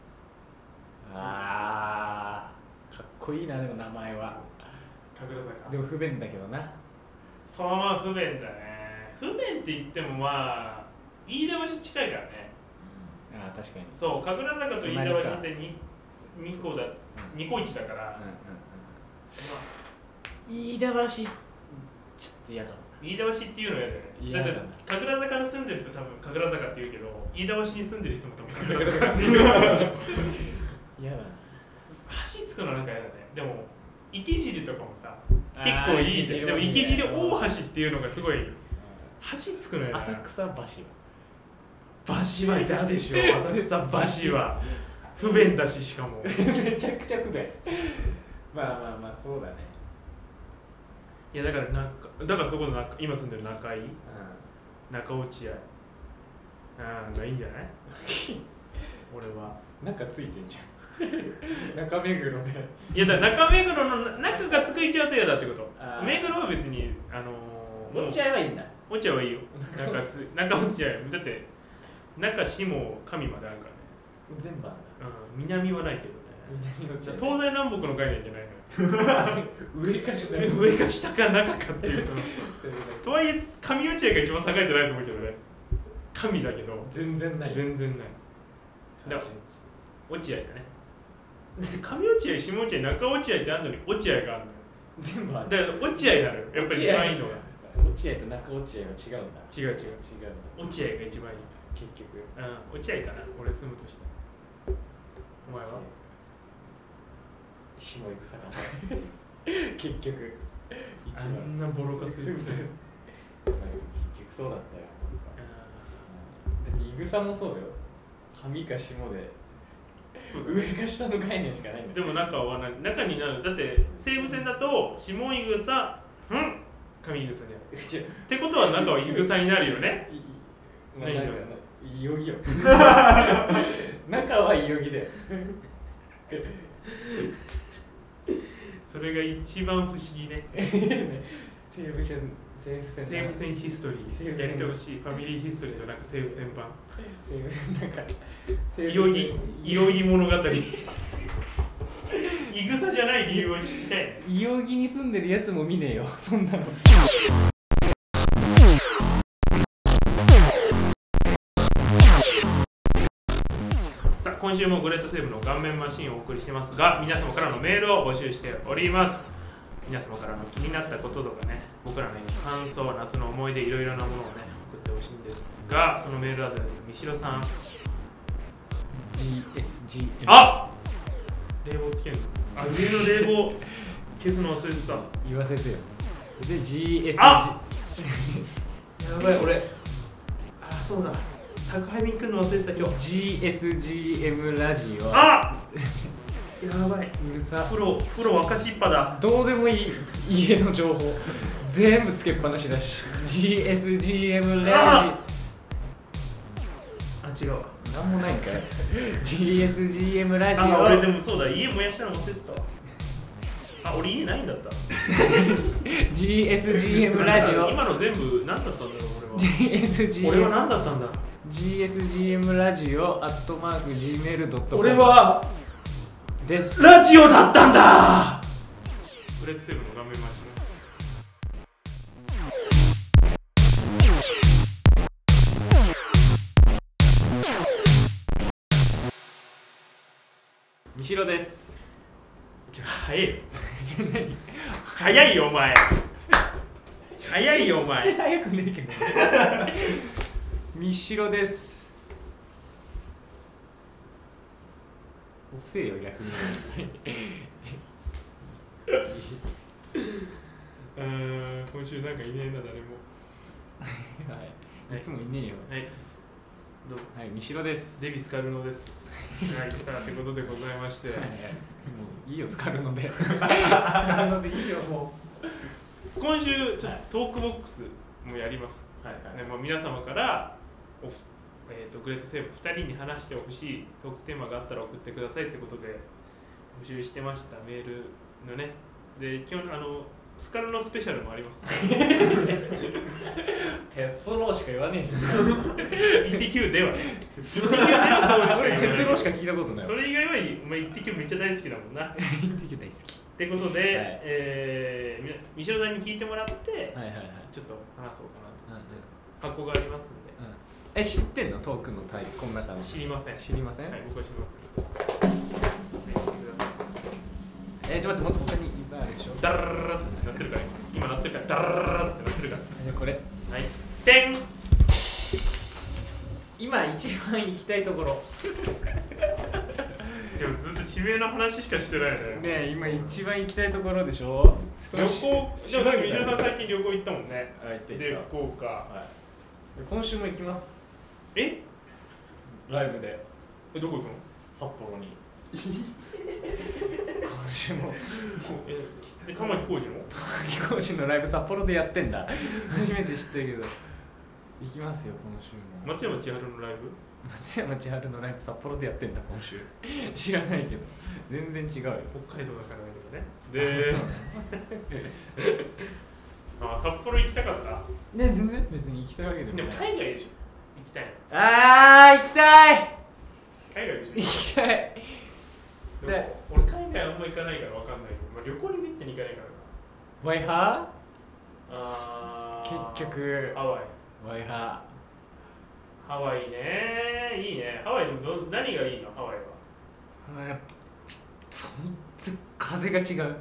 S1: あーかっこいいな。でも名前は
S2: 神楽坂
S1: でも不便だけどな。
S2: そのまま不便だね。不便って言ってもまあ飯田橋近いからね。
S1: ああ確かに。
S2: そう神楽坂と飯田橋って 2, 2個だ、うん、にこいちだから、うんうんうん、まあ、
S1: 飯田橋ちょっと嫌だな。
S2: 飯田橋っていうのは嫌だよね。だって神楽坂に住んでる人多分神楽坂って言うけど、飯田橋に住んでる人も多分神楽坂っていう
S1: 嫌だな。
S2: 橋つくのなんか嫌だね。でも池尻とかもさ結構いいじゃん。でも池尻大橋っていうのがすごい橋つくのよ。
S1: 浅草橋
S2: 橋は嫌でしょ。浅草橋は不便だし、しかも
S1: めちゃくちゃ不便まあまあまあそうだね。
S2: いやだからなんかだからそこの中今住んでる中井、うん、中落合あがいいんじゃない俺は
S1: 中ついてんじゃん中目黒で。
S2: いやだから中目黒の中がつくいちゃうと嫌だってこと。目黒は別にあの
S1: ー、落合はいいんだ。
S2: 落合はいいよ。中つ中落合だって中下上まであるからね。
S1: 全部あるんだ。
S2: うん、南はないけどね。東西南北の概念じゃないのよ
S1: 上か下
S2: 上か下か中かっていうそのとはいえ上落合が一番栄えてないと思うけどね。上だけど
S1: 全然ない。
S2: 全然ない。だから落合だね。上落合、下落合、中落合ってあるのに落合があるのよ。
S1: 全部ある。
S2: だから落合なのよ。やっぱり一番いいのが。
S1: 落合と中落合は違うんだ。
S2: 違う違う違う。落合が一番いい。
S1: 結局。
S2: うん、落合かな。俺住むとしたら。お前は
S1: 下行くさか結局
S2: あんなボロカス言って結
S1: 局そうだったよ。だっていぐさもそうだよ。上か下で上か下の概念しかないんだ。
S2: でも中は何中になる。だって西武線だと下いぐさん上いぐさじゃんってことは中はいぐさになるよね。
S1: まあ、なんかいよぎよ中はいよぎで
S2: それが一番不思議ね
S1: 西武線西武線
S2: 西武線ヒストリーやってほしい。ファミリーヒストリーとなんか西武線版
S1: 西武線なんか
S2: いよぎいよぎ物語いぐさじゃない理由を聞きたいね。
S1: いよぎに住んでるやつも見ねえよそんなの。
S2: 今週もグレートセーブの顔面マシンをお送りしてますが、皆様からのメールを募集しております。皆様からの気になったこととかね、僕らの感想、夏の思い出、いろいろなものをね送ってほしいんですが、そのメールアドレス、三代さん
S1: ジーエスジーエム
S2: あ冷房つけんの。あ、上の冷房消すの忘れてた。
S1: 言わせてよ。で ジーエスジー
S2: あやばい俺あそうだ宅配便来るの忘れてた今日
S1: ジーエスジーエム ラジオ
S2: あやばいう
S1: るさ
S2: 風呂風呂沸かしっぱだ
S1: どうでもいい家の情報全部つけっぱなしだし ジーエスジーエム ラ
S2: ジオあ違うわ
S1: ジオなんもないんかいジーエスジーエム ラジオ
S2: あ俺でもそうだ家燃やしたの忘れてたわあ俺家ないんだった
S1: ジーエスジーエム ラジオ
S2: 今の全部何だったんだろう俺は
S1: ジーエスジーエム
S2: 俺は何だったんだ
S1: ジーエスジーエム ラジオアットマーク ジーメールドットコム
S2: 俺は
S1: です
S2: ラジオだったんだブレックセブンの画面回します
S1: 三代です
S2: ちょ早いよ
S1: 何
S2: 早いよお前早いよお前
S1: 早くねえけど三代です遅えよ逆に
S2: うーん今週なんかいねえな誰も
S1: はい、いつもいねえよ
S2: はいどうぞ
S1: はい、三代です
S2: デビスカルノですはいということでございまして
S1: もういいよスカルノでスカルノでいいよもう
S2: 今週ちょっとトークボックスもやります、
S1: はいはい
S2: ね、もう皆様からおふ、えー、とグレートセーブふたりに話してほしいトークテーマがあったら送ってくださいってことで募集してましたメールのねで基本あのスカルノスペシャルもあります
S1: 鉄郎しか言わねえじゃん
S2: イッテ Q ではねイッテ Q ではそう
S1: それ
S2: しか言わない
S1: 鉄郎しか聞いたことない
S2: それ以外はお前イッテ Q めっちゃ大好きだもんなっ
S1: イッテ Q 大好き
S2: てことで、
S1: はい
S2: えー、み三代さんに聞いてもらって、
S1: はいはいはい
S2: ちょっと話そうかなと
S1: うんうん
S2: 箱がありますんで
S1: うんえ知ってんのトークのタイプこんな感じ
S2: 知りません
S1: 知りません、
S2: はい、僕は知りません。
S1: えー、ちょっと待ってもっと他にいっぱいあるでしょ
S2: ダララララってなってるから、今なってるから、ダララララってなってるから。
S1: じゃあこれ
S2: はい。てん
S1: 今一番行きたいところ
S2: でもずっと地名の話しかしてないね。
S1: ねえ今一番行きたいところでしょ
S2: 旅行、でもなんか水野さん最近旅行行ったもんね。
S1: あ行った行った
S2: で、福岡。
S1: はい今週も行きます
S2: え
S1: ライブで
S2: え、どこ行くの
S1: 札幌に今週も
S2: え、え玉置浩二の
S1: 飛行士のライブ札幌でやってんだ初めて知ったけど行きますよ今週も
S2: 松山千春のライブ
S1: 松山千春のライブ札幌でやってんだ今週知らないけど全然違うよ
S2: 北海道だからね。で、あ、札幌行きたかった
S1: ね全然別に行きたいわけでも
S2: で
S1: ない
S2: も海外でしょ行きたいの
S1: あー行きたい
S2: 海外でしょ
S1: 行きたい
S2: でも俺海外あんま行かないから分かんないけど、まあ、旅行にめったに行かないからな
S1: ワイハ
S2: あ
S1: ー結局
S2: ハワイ
S1: ワイハ
S2: ハワイねいいねハワイでもど何がいいのハワイは
S1: ーやっぱそん風が違う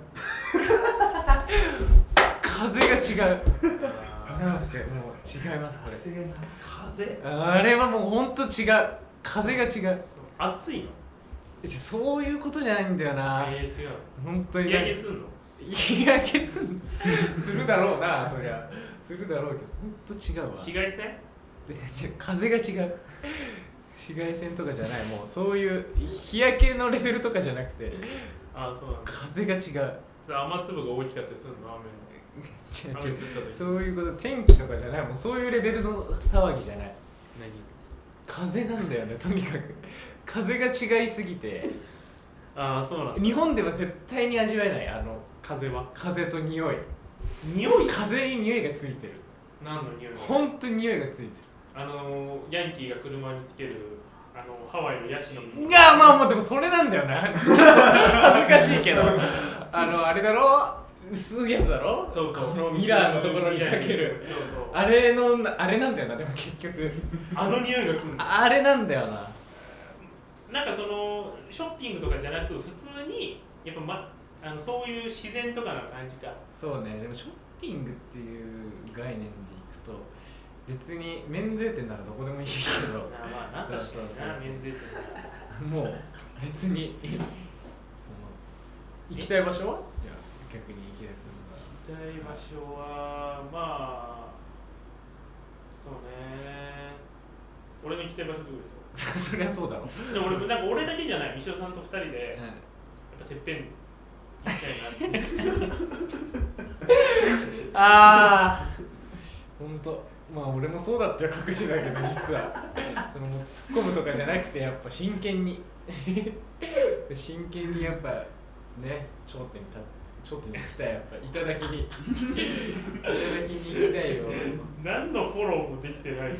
S1: 風が違うなんせもう違いますこれ
S2: 風
S1: あれはもうほんと違う風が違う
S2: そう暑いの
S1: そういうことじゃないんだよな
S2: えー、違う
S1: 本当に
S2: 日焼けすんの
S1: 日焼けすんするだろうなそりゃするだろうけどほんと違うわ
S2: 紫外線
S1: で風が違う紫外線とかじゃないもうそういう日焼けのレベルとかじゃなくて
S2: あそうなんだ
S1: 風が違う
S2: 雨粒が大きかったりするの雨の
S1: 違う
S2: 雨
S1: 違う
S2: 降った時
S1: そういうこと天気とかじゃないもうそういうレベルの騒ぎじゃない
S2: 何
S1: 風なんだよねとにかく風が違いすぎて
S2: ああそうなんだ
S1: 日本では絶対に味わえないあの
S2: 風は
S1: 風と匂い
S2: 匂い
S1: 風に匂いがついてる
S2: 何の匂い
S1: ほんと匂いがついてる
S2: あのヤンキーが車につけるあのハワイのヤシの実
S1: がまあまあでもそれなんだよなちょっと恥ずかしいけどあのあれだろ薄いやつだろ
S2: そうそう
S1: このミラーのところにかける
S2: そうそう
S1: あれのあれなんだよなでも結局
S2: あの匂いがするんだ
S1: あれなんだよな
S2: なんかそのショッピングとかじゃなく普通にやっぱ、ま、あのそういう自然とかの感じか
S1: そうねでもショッピングっていう概念でいくと別に免税店ならどこでもいいけど
S2: あまあな確か
S1: そうそうそう
S2: にな免税店
S1: もう別にその行きたい場所はじゃあ逆に行きたく
S2: 行きたい場所はまあ俺の行きたい場所どこですか？
S1: そりゃそうだろ。
S2: でも俺なんか俺だけじゃない、みしおさんとふたりで、
S1: うん、
S2: やっぱてっぺん行きたいなって
S1: ああほんと、まあ俺もそうだったよ、隠しだけど実はそのもう突っ込むとかじゃなくて、やっぱ真剣に真剣にやっぱね、頂点に立って頂点に行きたい、やっぱ頂きに頂きに行きたいよ。
S2: 何のフォローもできてない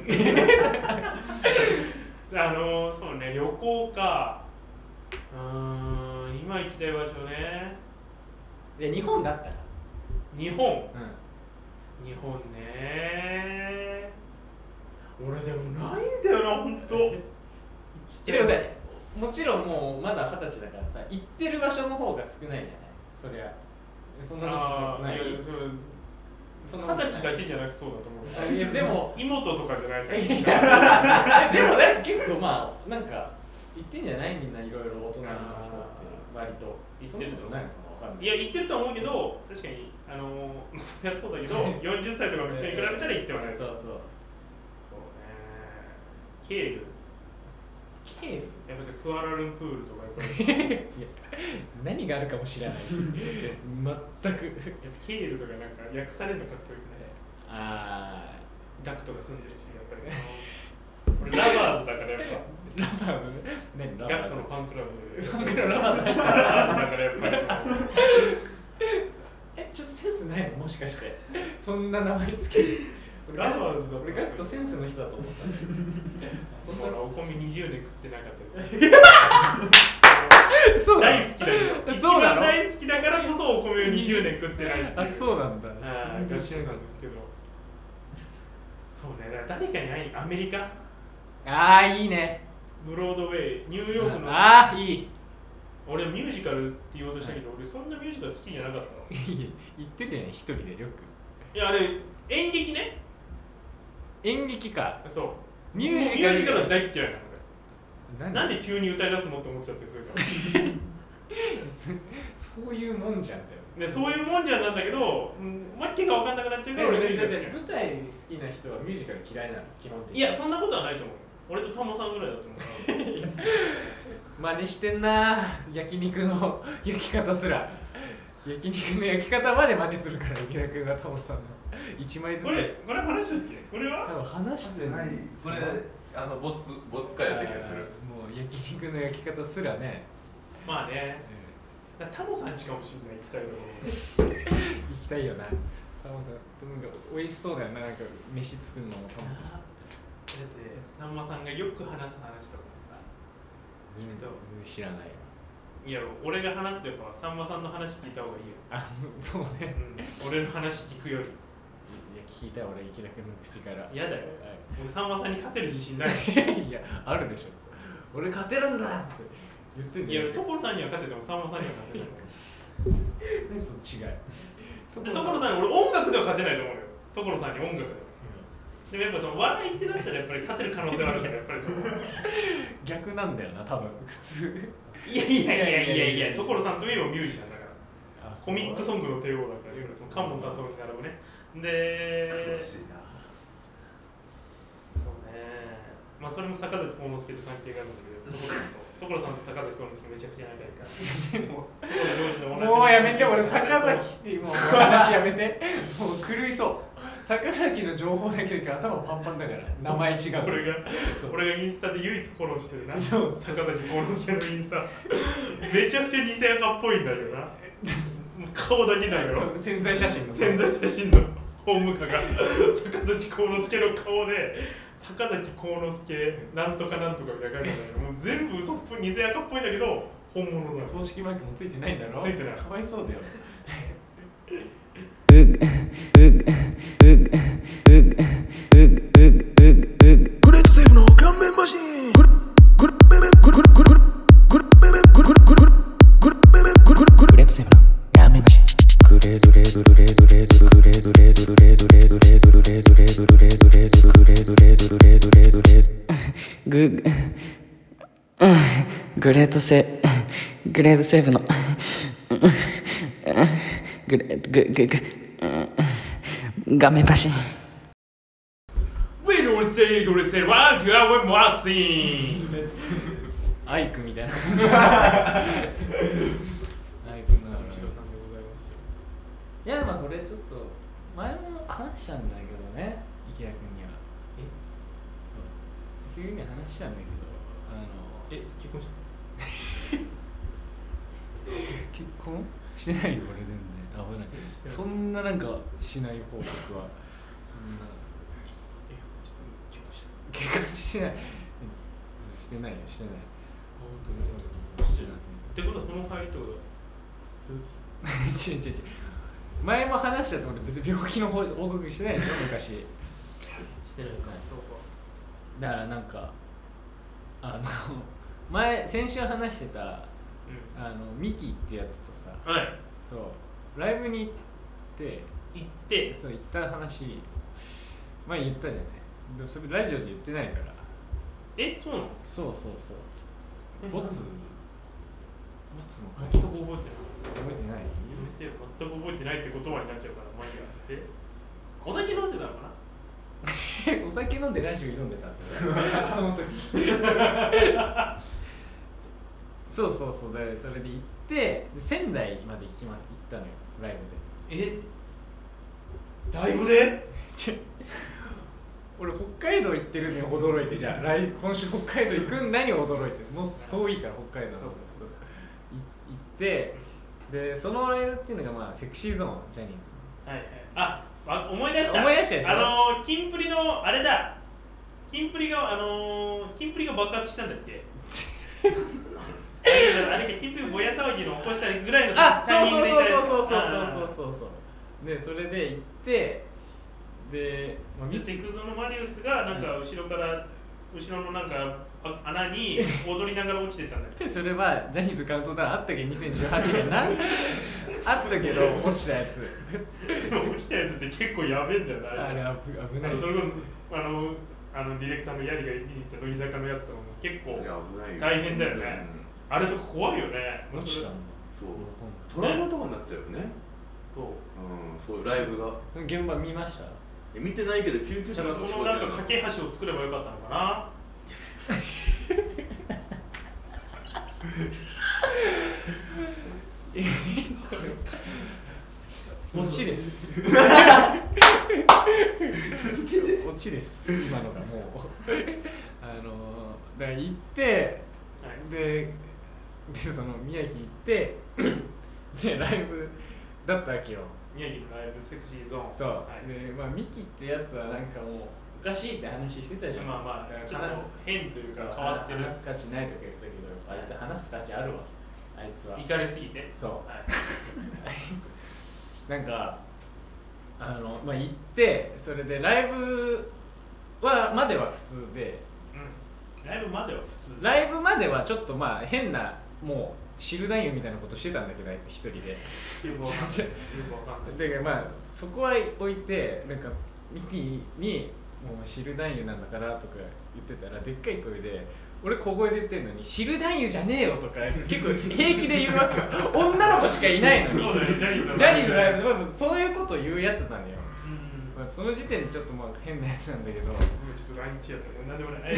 S2: あのそうね、旅行か。うーん、今行きたい場所ね。
S1: いや日本だったら
S2: 日本、
S1: うん、
S2: 日本ね。俺でもないんだよな、ほんと。
S1: でもさ、もちろんもうまだ二十歳だからさ、行ってる場所の方が少ないじゃない、そりゃ。そんなことない。
S2: いやその二十歳だけじゃなくそうだと思う。
S1: いやでも
S2: 妹とかじゃないから。
S1: いやでもなんか結構まあなんか言ってんじゃない、みんないろいろ大人の人って割と
S2: 言ってると
S1: ないのかな、わかんない。
S2: いや言ってると思うけど、確かにあのー、それはそうだけどよんじゅっさいとかの人に比べたら言ってはない。
S1: そうそう
S2: そうね。ケール
S1: ケール
S2: やっぱりクアラルンプールとかやっぱり
S1: いや何があるかもしれないし全くやっぱ
S2: ケールとかなんか訳されるのかっこよくない？
S1: ああ
S2: ガクとか住んでるし、やっぱりその俺ラバーズだからやっぱ
S1: ラバーズね、
S2: ガクとのファンクラブ
S1: ファンクラブラバーズ
S2: だからやっぱりその
S1: え、ちょっとセンスないの、もしかしてそんな名前つける。
S2: ラバーズだ
S1: 俺ガクとセンスの人だと思ったんだけど
S2: そんなお米にじゅうねん食ってなかったです
S1: そう
S2: 大好きだけど、
S1: そうなの？
S2: 一番大好きだからこそお米をにじゅうねん食ってないっていう。
S1: あ、そうなんだ。
S2: ああ、ガクトさんですけど。そうね、だから誰かに会いにアメリカ、
S1: ああ、いいね。
S2: ブロードウェイ、ニューヨークの。
S1: ああ、いい。
S2: 俺ミュージカルって言おうとしたけど、はい、俺そんなミュージカル好きじゃなかったの。
S1: 言ってるじゃない、一人でよく。
S2: いや、あれ演劇ね。
S1: 演劇か。
S2: そう。
S1: ミュージカル。
S2: ミュージカルは大っ嫌いなの
S1: 俺。
S2: なんで急に歌い出すのって思っちゃってするから
S1: そういうもんじゃんだよ。
S2: でそういうもんじゃんなんだけど、うん、わけが分かんなくなっちゃうから俺ミュージカル好き。
S1: 舞台好きな人はミュージカル嫌いなの、基本的に。
S2: いや、そんなことはないと思う。俺とタモさんぐらいだと思う
S1: 真似してんな、焼肉の焼き方すら。焼肉の焼き方まで真似するから、池田君がタモさんのいちまいずつ。
S2: これ、これ話したっけ？これは
S1: 多分話してない。
S3: これ、あの、ボツ、ボツかやった気がする。
S1: もう焼肉の焼き方すらね。
S2: まあね、うん、タモさんちかもしれない、行きたいところ
S1: 行きたいよな。タモさん、なんか美味しそうだよな、なんか飯作るのもタモさん。だ
S2: ってさんまさんがよく話す話とかさ聞くと、
S1: うん、知らないよ。
S2: いや、俺が話すとやっぱさんまさんの話聞いた方がいいよ。
S1: あ、そうね、
S2: うん、俺の話聞くより。
S1: いや、聞いたよ俺、池田君の口から。
S2: 嫌だよ、はい、俺さんまさんに勝てる自信ない
S1: いや、あるでしょ。俺勝てるんだって言ってんじゃん。
S2: いや、所さんには勝ててもさんまさんには勝てない
S1: 何その違い。
S2: 所さんに俺音楽では勝てないと思うよ。所さんに音楽では。でもやっぱその笑いってなったらやっぱり勝てる可能性はあるからやっぱりその
S1: 逆なんだよな、多分普通。
S2: いやいやいやいやいや、所さんといえばミュージシャンだから。コミックソングの帝王だから、いわゆるその関門達夫に並ぶね。で、
S3: 詳しいな。
S2: そうね。まあそれも坂崎幸之助と関係があるんだけど、所さんと所さんと坂崎幸之助めちゃくちゃ仲いいから。でも
S1: もうやめて、俺坂崎もう話やめて。もう狂いそう。坂崎の情報だけで頭パンパンだから、名前違う。
S2: 俺が俺がインスタで唯一フォローしてるな。
S1: そう
S2: 坂崎幸之助のインスタ。めちゃくちゃ偽赤っぽいんだけどな。顔だけだよ。
S1: 潜在写真の
S2: 潜在写真のホーム画が坂崎幸之助の顔で、坂崎幸之助なんとかなんとかみたいな感じだけど、もう全部嘘っぽい、偽赤っぽいんだけど本物なの。
S1: 公式マークもついてないんだろ。
S2: ついてない。
S1: かわいそうだよ。
S4: グレートセーブの顔面マシーン。グレートセーブの顔面マシーン。グレードレードレードレードグレードレードレードレードレードレードレードレードレードグレードレードレードレードレードググレートセグレードセーブのグレグググ画面マシーン。
S2: ウェイの俺 sei reservar que eu vou assim
S1: アイクみたいな感じアイクなら
S2: 白さんでございますよ。
S1: いやまあこれちょっと前も話したんだけどね池谷君には
S2: え
S1: そう池谷君には話したんだけどあの
S2: え結婚した
S1: 結婚してないよ俺全然あ危ないそんななんかしない報告はそんな
S2: え結婚した
S1: 結婚してないしてないよしてない
S2: 本
S1: 当にそうそうそうしてない
S2: ってことはその帰りってこと
S1: 違う違う違う前も話したと思って別に病気の報告してないでしょ昔
S2: してないか
S1: だからなんかあの前先週話してた、うん、あのミキってやつとさ、
S2: はい、
S1: そうライブに行って
S2: 行って
S1: そう行った話前言ったじゃないでもそれラジオで言ってないから
S2: えそうなの
S1: そうそうそうボツボツの
S2: 全く覚えてない
S1: 覚えてない
S2: 全く覚えてないって言葉になっちゃうからまあいいやってお酒飲んでたのかな
S1: お酒飲んでラジオ挑んでたんだその時そうそうそうでそれで行ってで仙台まで行きま行ったのよライブで
S2: えライブで
S1: 俺北海道行ってるのに驚いてじゃあ来今週北海道行くんだに驚いてもう遠いから北海道の行ってでそのライブっていうのがまあセクシーゾーンジャニーズ
S2: はいはいああ思い出した
S1: 思い出したでしょ
S2: あのー、キンプリのあれだキンプリがあのー、キンプリが爆発したんだっけあれあれかキンプリがぼや騒ぎの起こしたぐらいの
S1: あ
S2: タイミングで
S1: そうそうそうそうそうそうそうそうでそれで行ってで、まあ、
S2: でセクゾのマリウスがなんか後ろから、うん、後ろのなんか穴に踊りながら落ちてたんだけど
S1: それはジャニーズカウントダウンあったけどにせんじゅうはちねんなあったけど落ちたやつ
S2: 落ちたやつって結構やべえんだよな
S1: あれ危ない
S2: それこそあのあのディレクターのヤリが見に行った乃木坂のやつとかも結構大変だよね、うん、あれとか怖いよね
S1: 落ちたんだ
S3: そうトラウマとかになっちゃうよね
S2: そう、
S3: うん、そうライブが
S1: 現場見ました
S3: 見てないけど救急車が
S2: そのなんか架け橋を作ればよかったのかな
S1: オチですオチです今のがもうあのだから行って、はい、ででその宮城行ってでライブだったわけよ
S2: 宮城のライブセクシーゾーン
S1: そう、はい、でまあミキってやつはなんかもうおかしいって話してたじゃん
S2: まあまあちょっと変というか変わってる
S1: 話す価値ないとか言ってたけどあいつ話す価値あるわあいつは
S2: イカれすぎて
S1: そう、
S2: はい、
S1: なんかあのまあ行ってそれでライブはまでは普通で、
S2: うん、ライブまでは普通
S1: ライブまではちょっとまあ変なもう知る男優みたいなことしてたんだけどあいつ一人で
S2: よくわかんないよくわかんない
S1: だからまあそこは置いてなんかミキにもう知る男優なんだからとか言ってたらでっかい声で俺小声で言ってんのに知る男優じゃねえよとか結構平気で言うわけよ女の子しかいないのに
S2: そうだよジャニーズ
S1: ジャニーズライブで、まあ、そういうことを言うやつなのよ、
S2: うん
S1: まあ、その時点でちょっとまあ変なやつなんだけど
S2: ちょっとラインチやったけど何でもない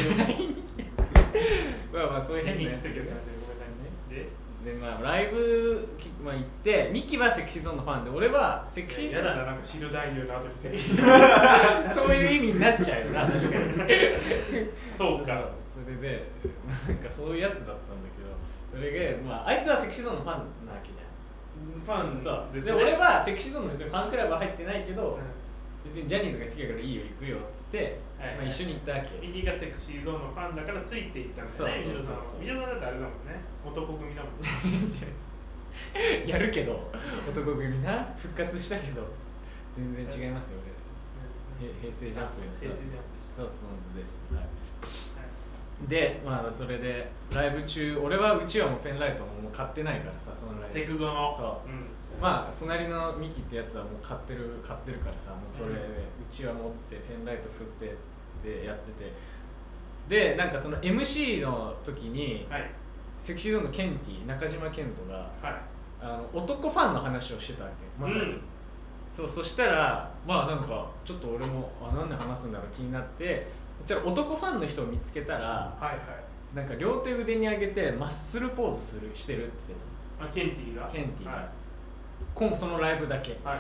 S1: まあまあそういう変なやつだけど
S2: ごめんなさいねで
S1: でまあライブ、まあ、行ってミキはセクシーゾーンのファンで俺はセクシーゾーン
S2: やだななんか知る男優の後にセクシー
S1: そういう意味になっちゃうよな確かに
S2: そうか
S1: それでなんかそういうやつだったんだけどそれで、まあ、あいつはセクシーゾーンのファンなわけじゃん
S2: ファン
S1: そう
S2: です、
S1: ね、で俺はセクシーゾーンの別にファンクラブは入ってないけど、うん別にジャニーズが好きだからいいよ行くよっつって、はいはいまあ、一緒に行ったわけ
S2: ミキがセクシーゾーンのファンだからついていったんですね
S1: そうそうそうそう
S2: みじょさんだってあれだもんね男組だもんね
S1: やるけど男組な復活したけど全然違いますよ俺、うん、平成ジャンプ
S2: 平成ジャンプ
S1: そうその図です、はいで、まあそれでライブ中俺はうちはもうペンライトももう買ってないからさそのライブ
S2: セクゾの
S1: そう、うん、まあ隣のミキってやつはもう買ってる買ってるからさもうそれで、うん、うちは持ってペンライト振ってってやっててでなんかその エムシー の時に、はい、セクシーゾーンのケンティ中島健人が、はい、あの男ファンの話をしてたわけまさに、うん、そうそしたらまあなんかちょっと俺もあ何で話すんだろう気になってちょっと男ファンの人を見つけたら、
S2: はいはい、
S1: なんか両手腕に上げてマッスルポーズするしてるって
S2: 言ってた。あ、ケンティーが
S1: ケンティーが、
S2: はい、
S1: 今そのライブだけ、
S2: はいはいはい、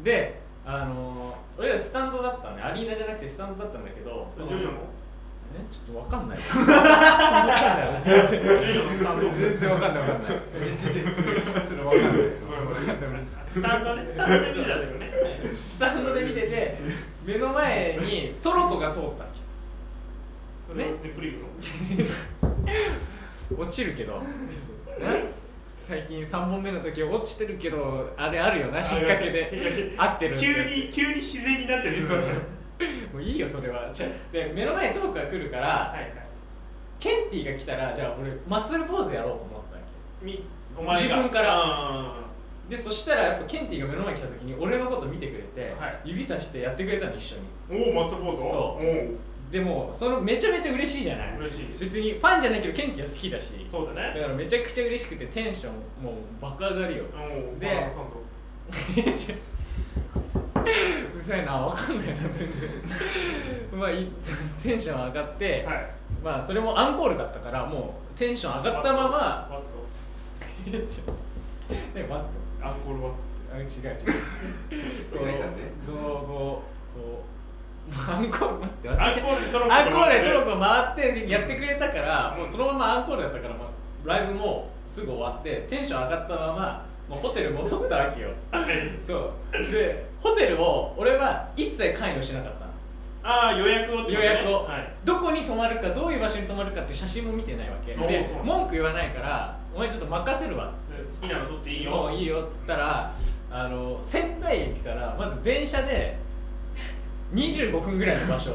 S1: で、あのー、俺らスタンドだったね、アリーナじゃなくてスタンドだったんだけど、
S2: そのジョジョの
S1: えちょっとわかんない。わかんない。全然
S2: スタンド
S1: 全然わかんないわかんない。ちょっとわかんないです。わかんないです。
S2: スタンドね、スタンドで見てたんだよね。
S1: スタンドで見てて、目の前にトロコが通った。
S2: それでプリグの
S1: 落ちるけど。最近さんぼんめの時落ちてるけど、あれあるよな、引っ掛けで合ってる。
S2: 急に急に自然になってる。
S1: そうそう。もういいよそれは。で目の前にトークが来るから、はいはい、ケンティが来たらじゃあ俺マッスルポーズやろうと思ってたわけ。みお前が自分から。でそしたらやっぱケンティが目の前に来た時に俺のこと見てくれて、はい、指さしてやってくれたの一緒に。
S2: おおマッスルポーズ。
S1: そう。でもそのめちゃめちゃ嬉しいじゃない。
S2: 嬉しい。
S1: 別にファンじゃないけどケンティは好きだし。
S2: そうだね。
S1: だからめちゃくちゃ嬉しくてテンションもう爆上がりよ。で。うるさいな、わかんないな全然まあテンション上がって、はい、まあそれもアンコールだったからもうテンション上がったまま
S2: ワット
S1: ねワット
S2: アンコールワット
S1: あ違う違うこうどうこうこうアンコール待って忘れちゃった。アンコールでトロコアンコールでトロコ回ってやってくれたから、もうそのままアンコールだったから、まあ、ライブもすぐ終わってテンション上がったままもうホテル戻ったわけよそうでホテルを俺は一切関与しなかったの。
S2: ああ予約をって
S1: 予約を、はい、どこに泊まるかどういう場所に泊まるかって写真も見てないわけで文句言わないからお前ちょっと任せるわっつって
S2: 好きなの撮っていいよ
S1: もういいよっつったらあの仙台駅からまず電車でにじゅうごふんぐらいの場所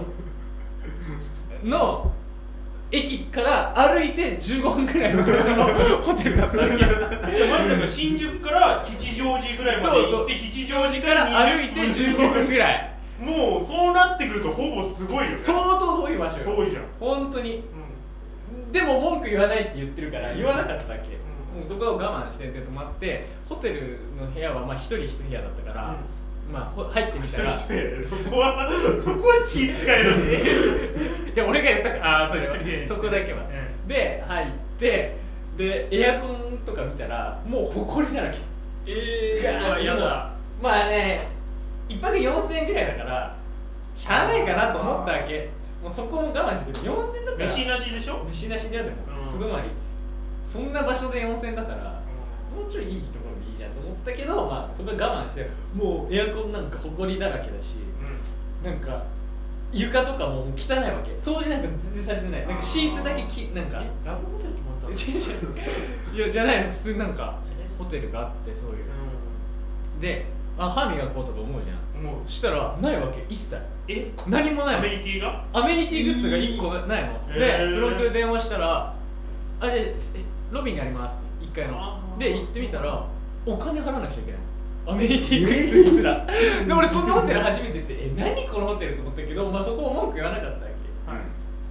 S1: の駅から歩いてじゅうごふんぐらいの場所のホテルだったわけ
S2: マジで新宿から吉祥寺ぐらいまで行って吉祥寺から
S1: 歩いてじゅうごふんぐらい
S2: もうそうなってくるとほぼすごいよね。
S1: 相当遠い場所よ。
S2: 遠いじゃん
S1: 本当に、うん、でも文句言わないって言ってるから言わなかったわけ、うん、もうそこを我慢してで泊まってホテルの部屋はまあ一人一部屋だったから、うん、まあ入ってみたら
S2: 一人一部屋そこはそこは気使える
S1: で俺が言ったから
S2: ああそう一人部屋
S1: そこだけは、うん、で入ってでエアコンとか見たらもう埃だらけ。
S2: ええー、やだ。
S1: まあね一泊よんせんえんぐらいだからしゃあないかなと思ったわけ。もうそこも我慢してよんせんえんだったら
S2: 飯なしでしょ。
S1: 飯なしでやでも素泊まりそんな場所でよんせんえんだったらもうちょいいいところでいいじゃんと思ったけど、まあそこは我慢してもうエアコンなんか埃だらけだし、うん、なんか床とかも汚いわけ。掃除なんか全然されてない。なんかシーツだけきなんか
S2: ラブホテル決まったの
S1: いやじゃないの普通なんかホテルがあってそういう、うん、であ歯磨こうとか思うじゃん。もうそしたらないわけ一切。
S2: え
S1: 何もないの。
S2: アメニティが
S1: アメニティグッズがいっこないの、えー、でフロントで電話したらあじゃあロビーにありますいっかいので行ってみたらお金払わなくちゃいけないアメニティグッズにすらで俺そんなホテル初めてってえ何このホテルと思ったけど、まあ、そこを文句言わなかったわけ、はい、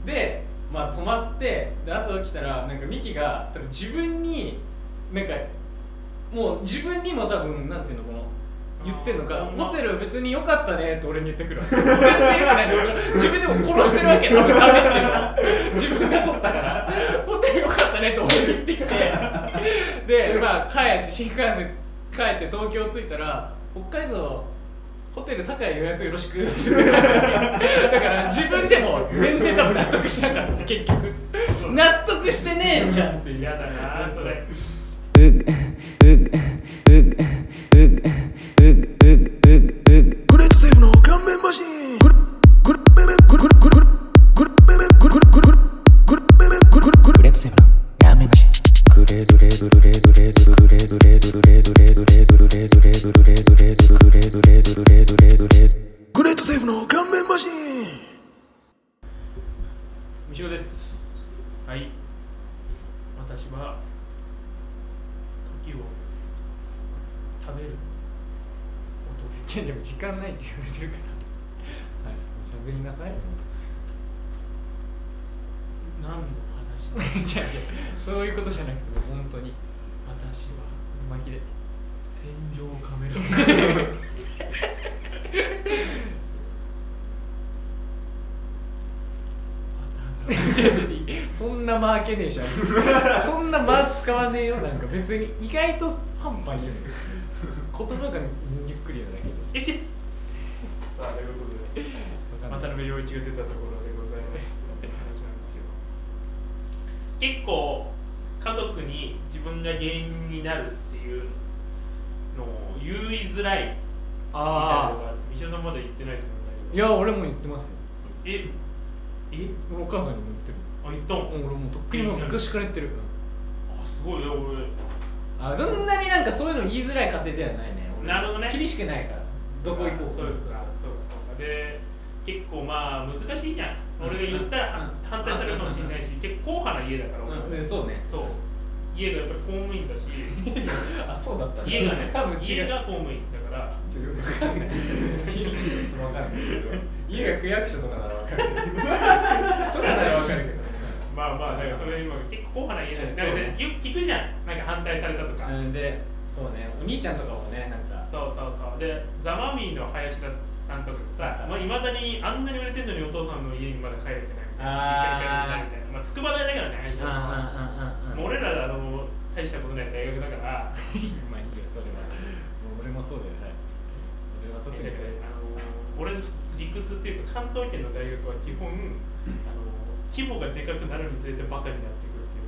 S1: でまあ泊まってで朝起きたらなんかミキが多分自分になんかもう自分にも多分なんていうのこの言ってんのかホテル別に良かったねって俺に言ってくるわけ全然良くないんだよ自分でも殺してるわけ多分ダメっていうのは自分が取ったからホテル良かったねって俺に言ってきてでまあ帰って新幹線帰って東京着いたら北海道ホテル高い予約よろしくって言ってだから自分でも全然多分納得しなかった結局納得してねえじゃんって
S2: 嫌だなそれ
S5: グレートセーブの顔面マシングレ
S4: ートセーブの顔面マシングレードレードレードレードグレードレードレードレードレードレードレードレードレードレードレードレードレードレードレード
S5: グレートセーブの顔面マシン
S2: みしおです。はい私は時を食べる
S1: じゃあでも時間ないって言われてるからはい喋りなさい
S2: 何の話
S1: じゃあじゃあそういうことじゃなくても本当に
S2: 私は
S1: 巻きで
S2: 戦場カメラ
S1: そんな間開けねえじゃんそんな間使わねえよ。なんか別に意外とパンパン言うの言葉がゆっくりなだけで。
S2: よしです。さあということで渡辺陽一が出たところでございました話なんですけど、結構家族に自分が原因になるっていうのを言いづらいみたいなのがあって、みしおさんまだ言ってないと思うんだけど。
S1: いや俺も言ってますよ。
S2: ええ
S1: お母さんにも言ってる。
S2: あ、言ったん？
S1: 俺もうとっくにもう昔から言ってる。
S2: あ、すごいよ俺。
S1: あ、そんなになんかそういうの言いづらい家庭ではないね。
S2: なるほどね。
S1: 厳しくないからどこ行こうか。
S2: そうですか。そうで結構まあ難しいじゃん。俺が言ったら反対されるかもしれないし、結構硬派な家だから俺。
S1: うん、そうね。
S2: そう。家がやっぱり公務員だし。
S1: あ、そうだった。
S2: 家がね、
S1: 多分
S2: 家が公務員だから。
S1: ちょっと分かんない。ちょっと分かんないけど、家が区役所とかなら分かるけど。とかなら分かるけど。
S2: まあまあだからそれ今結構硬派な家だし、なんかねよく聞くじゃん。なんか反対されたとか。
S1: うんで、そうね。お兄ちゃんとかもね、なんか。
S2: そうそうそう。で、ザマミィの林田さんとかさ、まあ、未だにあんなに売れてるのにお父さんの家にまだ帰れてないみたいな、実家に帰れてないみたいな、まあ、筑波大だからね、林田さんは。もう俺らあの大したことない大学だから、
S1: まあいいよ、それは。もう俺もそうだよね。俺は特に、
S2: あの俺の理屈っていうか、関東圏の大学は基本、あの規模がでかくなるにつれてバカになってくるっていう。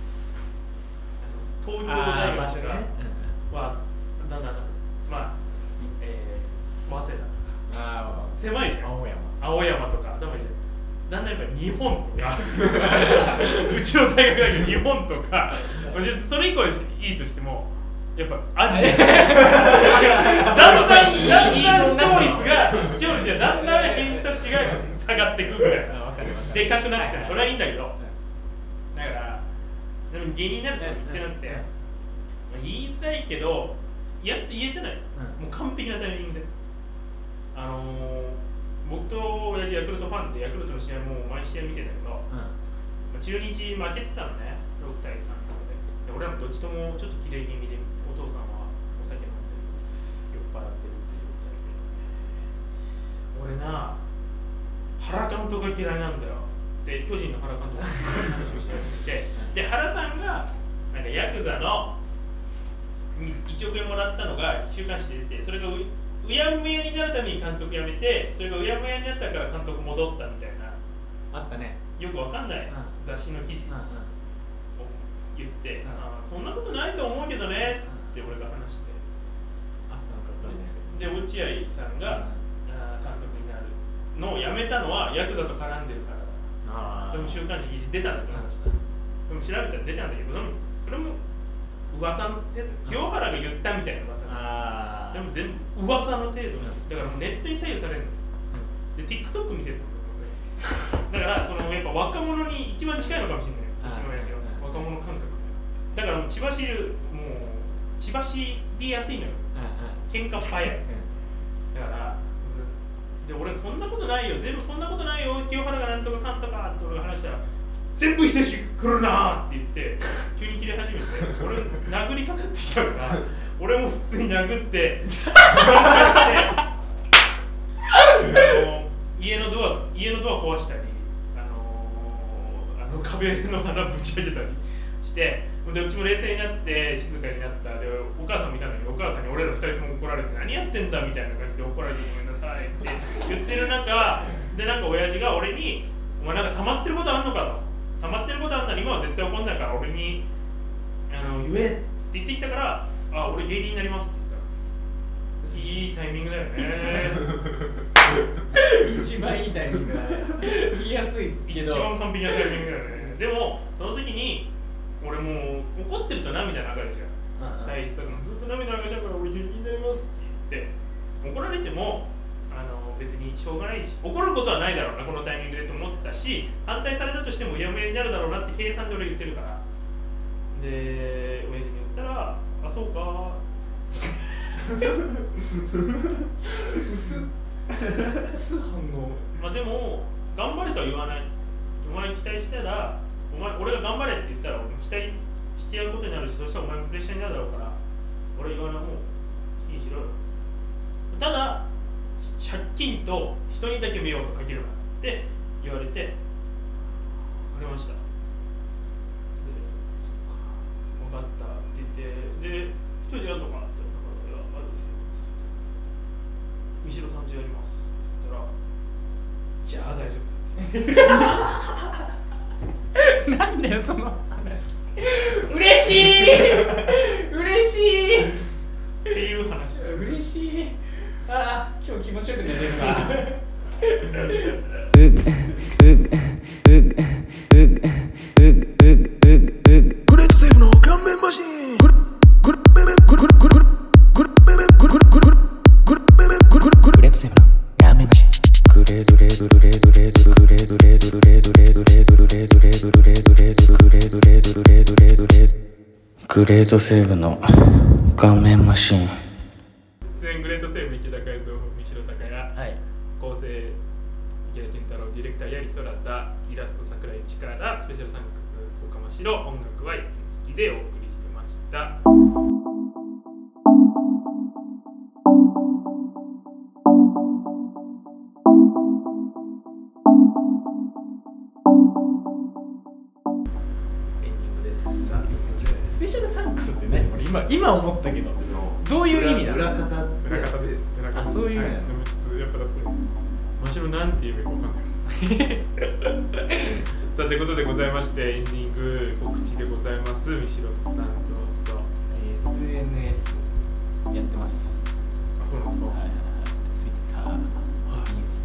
S2: 東京大学とかは、なんだろう、まあ、えー、早稲田とか。
S1: あ
S2: 狭いじゃん。
S1: 青山
S2: 青山とか、だんだんやっぱ日本とかうちの大学だけど日本とかそれ以降いいとしてもやっぱアジアだんだんだんだん視聴率が視聴率がだんだん偏差値が下がってくるみたいなでかくなってそれはいいんだけど、だからでも芸人になると言ってなくて言いづらいけどやって言えてない、もう完璧なタイミングであのー、僕と親父ヤクルトファンでヤクルトの試合も毎試合見てんだけど、うん、中日負けてたのね、ろくたいさんとかで。で俺らもどっちともちょっと綺麗気味で、お父さんはお酒飲んでる、酔っ払ってるっていう状態で。俺な、原監督が嫌いなんだよ。で、巨人の原監督の話をしてて、で、原さんがなんかヤクザのいちおくえんもらったのが週刊誌で出て、それがううやむやになるために監督辞めて、それがうやむやになったから監督戻ったみたいな、
S1: あったね、
S2: よくわかんない雑誌の記事を言って、あそんなことないと思うけどねって俺が話して、
S1: あなんか
S2: で落合さんが監督になるのを辞めたのはヤクザと絡んでるからだ。それも週刊誌に出たんだけど、でも調べたら出たんだけど、でもそれも噂の程度、清原が言ったみたいな噂あでも全部噂の程度だからもうネットに左右されるの、うん、で TikTok 見てるのだからそのやっぱ若者に一番近いのかもしれない、うちの親父は若者感覚だからもう血走るもう血走りやすいのよ、喧嘩早いだからで俺そんなことないよ、全部そんなことないよ、清原がなんとかかんとかって俺が話したら全部否定してくるなーって言って急に切れ始めて俺殴りかかってきたから俺も普通に殴ってあの家のドア家のドア壊したり、あのー、あの壁の穴ぶち上げたりしてでうちも冷静になって静かになった。でお母さんもいたのにお母さんに俺ら二人とも怒られて何やってんだみたいな感じで怒られてごめんなさいって言ってる中でなんか親父が俺にお前なんか溜まってることあんのかと。溜まってることあんなら今は絶対怒んないから俺にあの言えって言ってきたからあ俺芸人になりますって言ったらいいタイミングだよね
S1: 一番いいタイミングだね言いやすいけど
S2: 一番完璧なタイミングだよねでもその時に俺もう怒ってると涙流れちゃう第一作のずっと涙流しちゃうから俺芸人になりますって言って怒られてもあの別にしょうがないし怒ることはないだろうなこのタイミングでと思ったし反対されたとしてもうやむやになるだろうなって計算で俺言ってるからで親父に言ったらあそうか
S1: 薄薄反応
S2: まあでも頑張れとは言わないお前期待したらお前俺が頑張れって言ったら俺期待してやることになるしそしたらお前もプレッシャーになるだろうから俺言わないもう好きにしろよただ借金と人にだけ迷惑かけるなって言われてかりました。で、そっか、分かったって言って、で、一人でやるのかなって言ったら、いや、あるって言います。三代さんとやりますって言ったら、じゃあ大丈夫だって。
S1: なんだよその話。嬉しい嬉しい
S2: っていう話。
S1: 嬉しい。ああ、今日気持ちよく寝れるな。
S5: グレートセーブの顔面マシン。グレグレグレグレグレグレグレグレグレグレグレグレ
S4: グレートセーブのラーメンマシングレードレードルレードレードルグレードレードルレードレードレードルレードレードルレードレードルグレードレードルレードレードレードグレートセーブの顔面マシン。
S2: 出演グレートセーブ池田海蔵、三代高也、
S1: はい。
S2: 構成池田健太郎、ディレクター八木空田、イラスト桜井力、スペシャルサンクス福岡真白、音楽は月でお送りしてました。エンディングです。さあ、
S1: スペシャルサンクスって何？俺今今思ったけど、どういう意味なの？
S3: 裏方
S2: 裏方です。裏方
S1: あ、そういう意味なの。
S2: はい、でもちょっとやっぱだって真白なんて言えばいいかわかんない。さあということでございましてエンディング告知でございます。三代さんどうぞ。
S1: エスエヌエス やってます。
S2: あ、そうなんですか。
S1: はいはいはい。Twitter、インス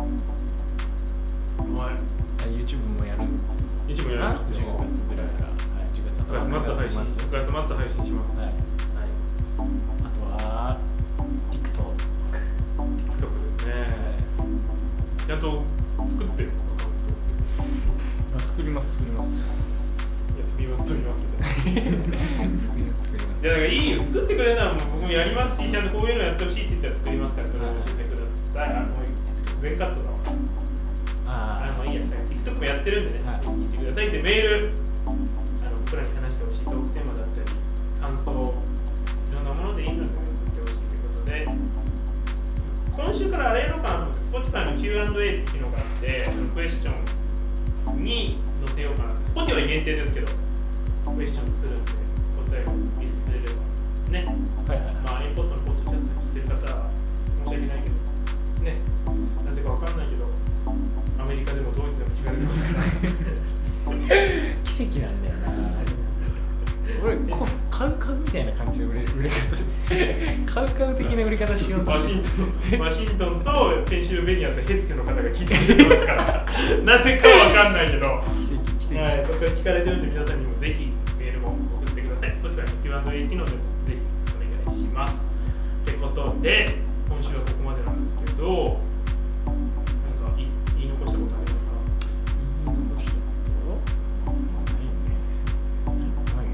S1: タ、
S2: はい。
S1: YouTube もやる。
S2: YouTube もやりますよ。
S1: じゅうがつぐらいから、はい、じゅう
S2: くがつ末配信、くがつ末配信します。
S1: はい。あとは TikTok。
S2: TikTok ですね。ちゃんと作ってるのか
S1: あ、作ります作ります。
S2: いや、作ります作りますみたいな。
S1: 作ります作ります。
S2: いや、だからいいよ、作ってくれるならもう僕もやりますし、ちゃんとこういうのやってほしいって言ったら作りますから、それを教えてください。あの、全カットだわ。
S1: あ
S2: あの、いいや、TikTok もやってるんでね、
S1: はい、
S2: 聞いてください。で、メール、あの僕らに話してほしいトークテーマだったり、感想、いろんなものでいいので送ってほしいということで、今週からあれやろうかなと思って、Spotify の キューアンドエー って機能があって、そのクエスチョンに載せようかな。Spotify 限定ですけど、クエスチョン作るんで、答えを入れてくれれば。ね。
S1: はいはいはい。
S2: まあ、iPod のポッドキャスト聞いてる方は申し訳ないけど、ね、なぜかわかんないけど、アメリカでもドイツでも聞かれてますから。
S1: 奇跡なんだよな。俺こ買う買うみたいな感じで売れ売れ方買う買う的な売り方しようと
S2: ワシントン、ワシントンとペンシルベニアとヘッセの方が聞いてくれてますからなぜかわかんないけど
S1: 奇跡奇跡、
S2: はい、そこから聞かれてるんで皆さんにもぜひメールも送ってください。Spotify の キューアンドエー 機能でもぜひお願いします。ってことで今週はここまでなんですけど、なんか言い残したことありますか？
S1: 言い残したことないね。ない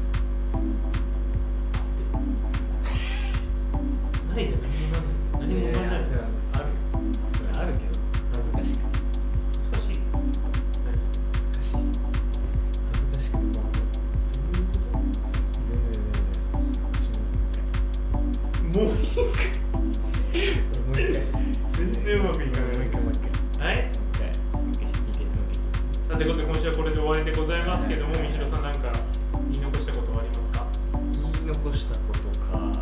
S1: ない
S2: ないで何もない。何もない。
S1: あるそれあるけど恥ずかしくて
S2: 難しい。
S1: 難しい恥ずかしくて怖くて全然全然
S2: もういいか。
S1: もう一回
S2: 全然うまくいかない。
S1: もう一回もう一回
S2: はい。
S1: もう一回もう一回聞いてもう一回聞いて
S2: さてことで今週はこれで終わりでございますけども、三代さんなんか言い残したことはありますか？
S1: 言い残したことか。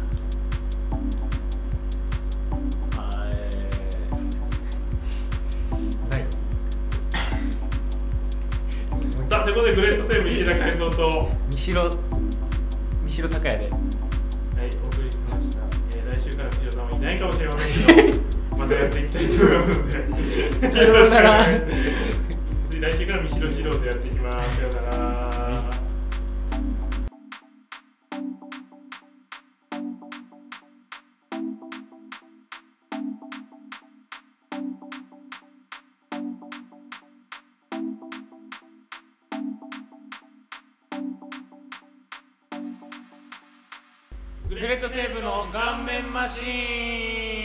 S1: あえー、ない。
S2: さあということでグレートセーブ池田海蔵と
S1: 三代三代高也で
S2: はいお送りしました。えー、来週から三代さんはいないかもしれませんけど、またやっていきたいと思いますので。
S1: さようなら。
S2: 来週から三代二郎でやっていきます。さようなら。
S1: グレートセーブの顔面マシーン。